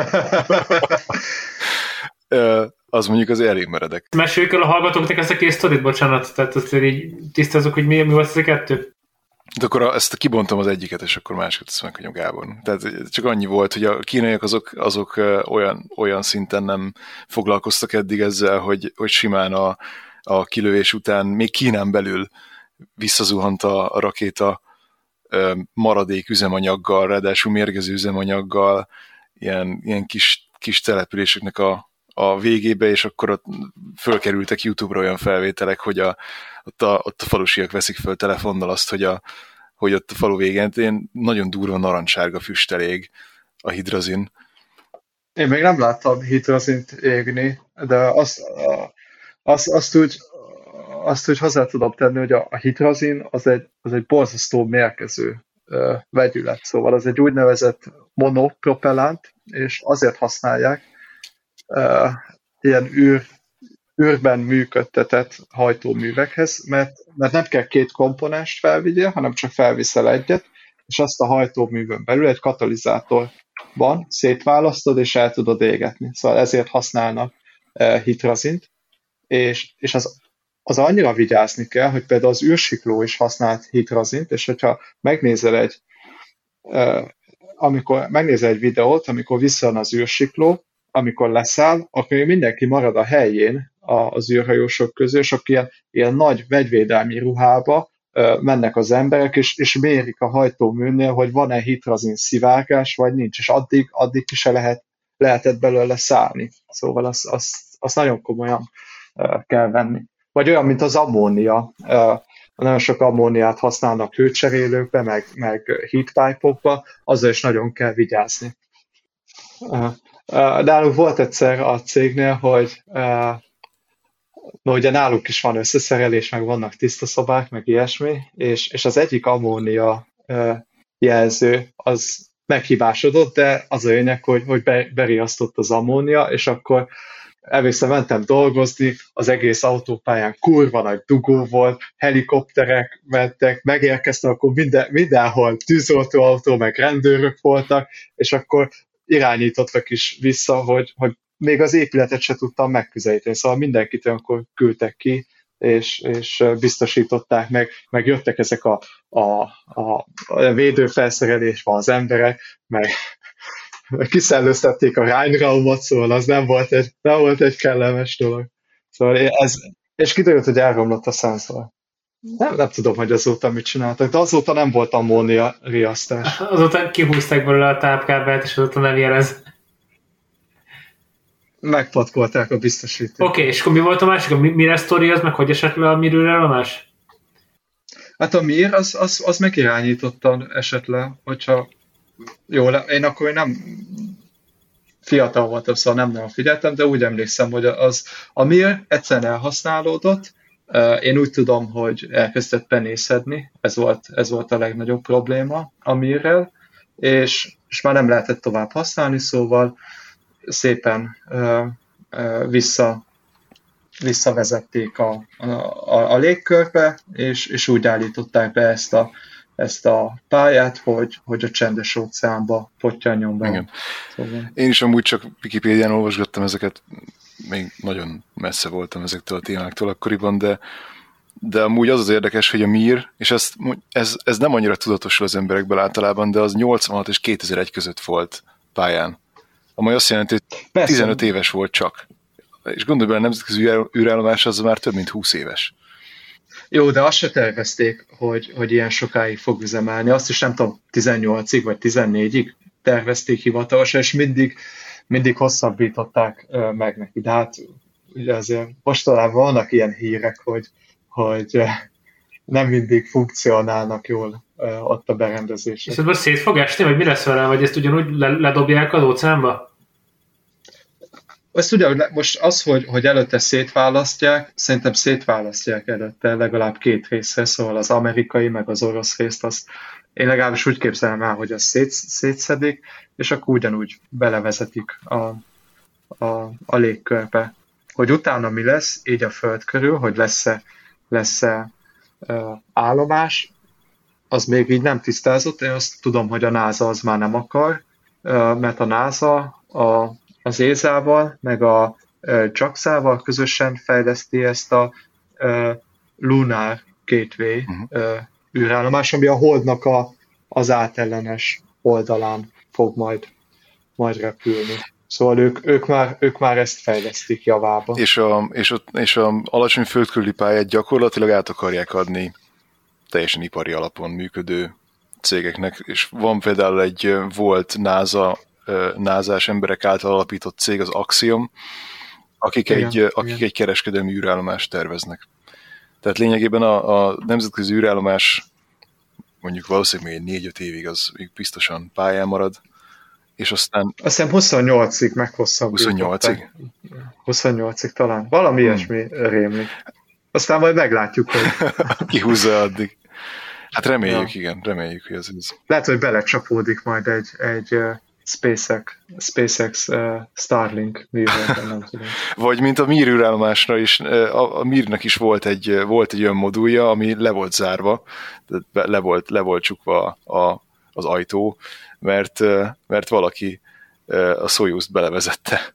az mondjuk az elég meredek. Meséljük el a hallgatóknak ezt a case storyt, bocsánat, tehát azt így tisztázok, hogy mi volt ez a kettő? De akkor ezt kibontom az egyiket, és akkor másikat azt meghagyom Gábor. Tehát csak annyi volt, hogy a kínaiak azok olyan szinten nem foglalkoztak eddig ezzel, hogy simán a kilövés után még Kínán belül visszazuhant a rakéta maradék üzemanyaggal, ráadásul mérgező üzemanyaggal, ilyen kis településeknek a végébe, és akkor ott fölkerültek YouTube-ra olyan felvételek, hogy ott a falusiak veszik föl telefonnal azt, hogy ott a falu végén ilyen nagyon durva narancsárga füst ég a hidrazin. Én még nem láttam hidrazint égni, de azt úgy hozzá tudom tenni, hogy a hidrazin az egy borzasztó mérgező vegyület, szóval az egy úgynevezett monopropellánt, és azért használják ilyen űrben működtetett hajtóművekhez, mert nem kell két komponenst felvigyél, hanem csak felviszel egyet, és azt a hajtóművön belül egy katalizátorban szétválasztod, és el tudod égetni. Szóval ezért használnak hidrazint, és az annyira vigyázni kell, hogy például az űrsikló is használt hidrazint, és hogyha megnézel egy videót, amikor visszajön az űrsikló, amikor leszáll, akkor mindenki marad a helyén az űrhajósok közül, és akkor ilyen nagy vegyvédelmi ruhába mennek az emberek, és mérik a hajtóműnél, hogy van-e hidrazin szivárgás, vagy nincs, és addig ki se lehetett belőle szállni. Szóval azt nagyon komolyan kell venni. Vagy olyan, mint az ammónia. Nagyon sok ammóniát használnak hőcserélőkbe, meg heatpipe-okba, azzal is nagyon kell vigyázni. Nálunk volt egyszer a cégnél, hogy Na, ugye náluk is van összeszerelés, meg vannak tiszta szobák, meg ilyesmi, és az egyik ammónia jelző az meghibásodott, de az a lényeg, hogy beriasztott az ammónia, és akkor elvégzve mentem dolgozni, az egész autópályán kurva nagy dugó volt, helikopterek mentek, megérkeztem, akkor mindenhol tűzoltóautó, meg rendőrök voltak, és akkor irányítottak is vissza, hogy még az épületet se tudtam megközelíteni, szóval mindenkit akkor küldtek ki, és biztosították meg jöttek ezek a védőfelszerelésben az emberek, meg kiszellőztették a Rheinraumot, szóval az nem volt egy kellemes dolog. Szóval és kiderült, hogy elromlott a szenzor. Nem tudom, hogy azóta mit csináltak, de azóta nem volt ammónia riasztás. Azóta kihúzták belőle a tápkábelt, és azóta nem jelez. Megpatkolták a biztosítót. Oké, és akkor mi volt a másik? A Mir sztori, az meg hogy esett le a Mir állomás? Hát a Mir, az megirányítottan esett le, hogyha jó, én akkor nem fiatal voltam, szóval nem figyeltem, de úgy emlékszem, hogy a Mir egyszerűen elhasználódott. Én úgy tudom, hogy elkezdett penészedni, ez volt a legnagyobb probléma a Mirrel, és már nem lehetett tovább használni, szóval szépen visszavezették a légkörbe, és úgy állították be ezt a pályát, hogy a csendes óceánba pottyanjon be. Igen. Szóval. Én is amúgy csak Wikipédián olvasgattam ezeket, még nagyon messze voltam ezektől a témáktól akkoriban, de amúgy az érdekes, hogy a Mir, és ez nem annyira tudatosul az emberekből általában, de az 86 és 2001 között volt pályán. Ami azt jelenti, hogy 15 éves volt csak. És gondolj bele, a nemzetközi űrállomás az már több mint 20 éves. Jó, de azt se tervezték, hogy ilyen sokáig fog üzemelni. Azt is nem tudom, 18-ig vagy 14-ig tervezték hivatalosan, és mindig hosszabbították meg neki. De hát ugye azért mostanában vannak ilyen hírek, hogy nem mindig funkcionálnak jól ott a berendezések. És ez most szét fog esni, vagy mi lesz vele, vagy ezt ugyanúgy ledobják az óceánba? Ezt ugye most az, hogy előtte szétválasztják, szerintem szétválasztják előtte legalább 2 részre, szóval az amerikai meg az orosz részt, azt én legalábbis úgy képzelem el, hogy azt szétszedik, és akkor ugyanúgy belevezetik a légkörbe. Hogy utána mi lesz, így a Föld körül, hogy lesz-e állomás, az még így nem tisztázott. Én azt tudom, hogy a NASA az már nem akar, mert a NASA az ESA-val, meg a JAXA-val közösen fejleszti ezt a Lunar Gateway űrállomás, ami a Holdnak az átellenes oldalán fog majd repülni. Szóval ők már ezt fejlesztik javába. És a alacsony földkörüli pályát gyakorlatilag át akarják adni teljesen ipari alapon működő cégeknek, és van például egy volt NASA-s emberek által alapított cég, az Axiom, akik egy kereskedelmi űrállomást terveznek. Tehát lényegében a nemzetközi űrállomás mondjuk valószínűleg még 4-5 évig az biztosan pályán marad, és aztán... Azt hiszem 28-ig meghosszabbították. 28-ig? 28-ig talán. Valami ilyesmi rémlik. Aztán majd meglátjuk, hogy... Kihúzza addig. Hát reméljük, igen, reméljük, hogy ez. Lehet, hogy belecsapódik majd egy SpaceX Starlink műveletben, nem tudom. Vagy mint a Mir űrállomásra is, a Mirnek is volt egy olyan modulja, ami le volt zárva, le volt csukva az ajtó, mert valaki a Soyuz-t belevezette.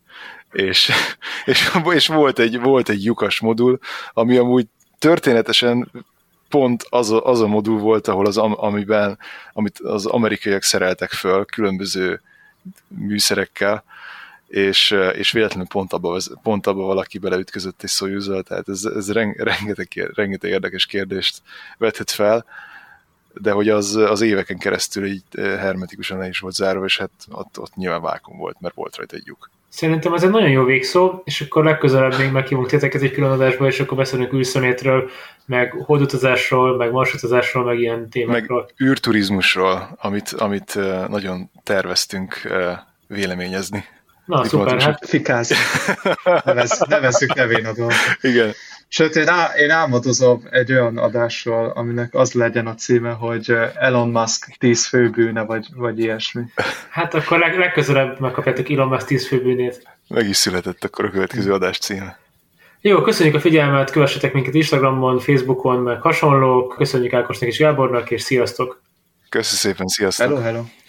És volt egy lyukas modul, ami amúgy történetesen pont az a modul volt, ahol amit az amerikaiak szereltek föl különböző műszerekkel, és véletlenül pont abba valaki beleütközött egy Soyuzzal, tehát ez rengeteg érdekes kérdést vethet fel, de hogy az éveken keresztül így hermetikusan le is volt zárva, és hát ott nyilván vákum volt, mert volt rajta egy lyuk. Szerintem ez egy nagyon jó végszó, és akkor legközelebb még meghívunk titeket egy külön adásba, és akkor beszélünk űrszemétről, meg holdutazásról, meg marsutazásról, meg ilyen témákról. Meg űrturizmusról, amit nagyon terveztünk véleményezni. Na, szuper, hát. Fikázni. Nevezzük nevén a dolgot. Igen. Sőt, én álmodozom egy olyan adásról, aminek az legyen a címe, hogy Elon Musk 10 főbűne, vagy ilyesmi. Hát akkor legközelebb megkapjátok Elon Musk 10 főbűnét. Meg is született akkor a következő adás címe. Jó, köszönjük a figyelmet, kövessetek minket Instagramon, Facebookon, meg hasonlók. Köszönjük Ákosnak és Gábornak, és sziasztok! Köszönöm szépen, sziasztok! Hello.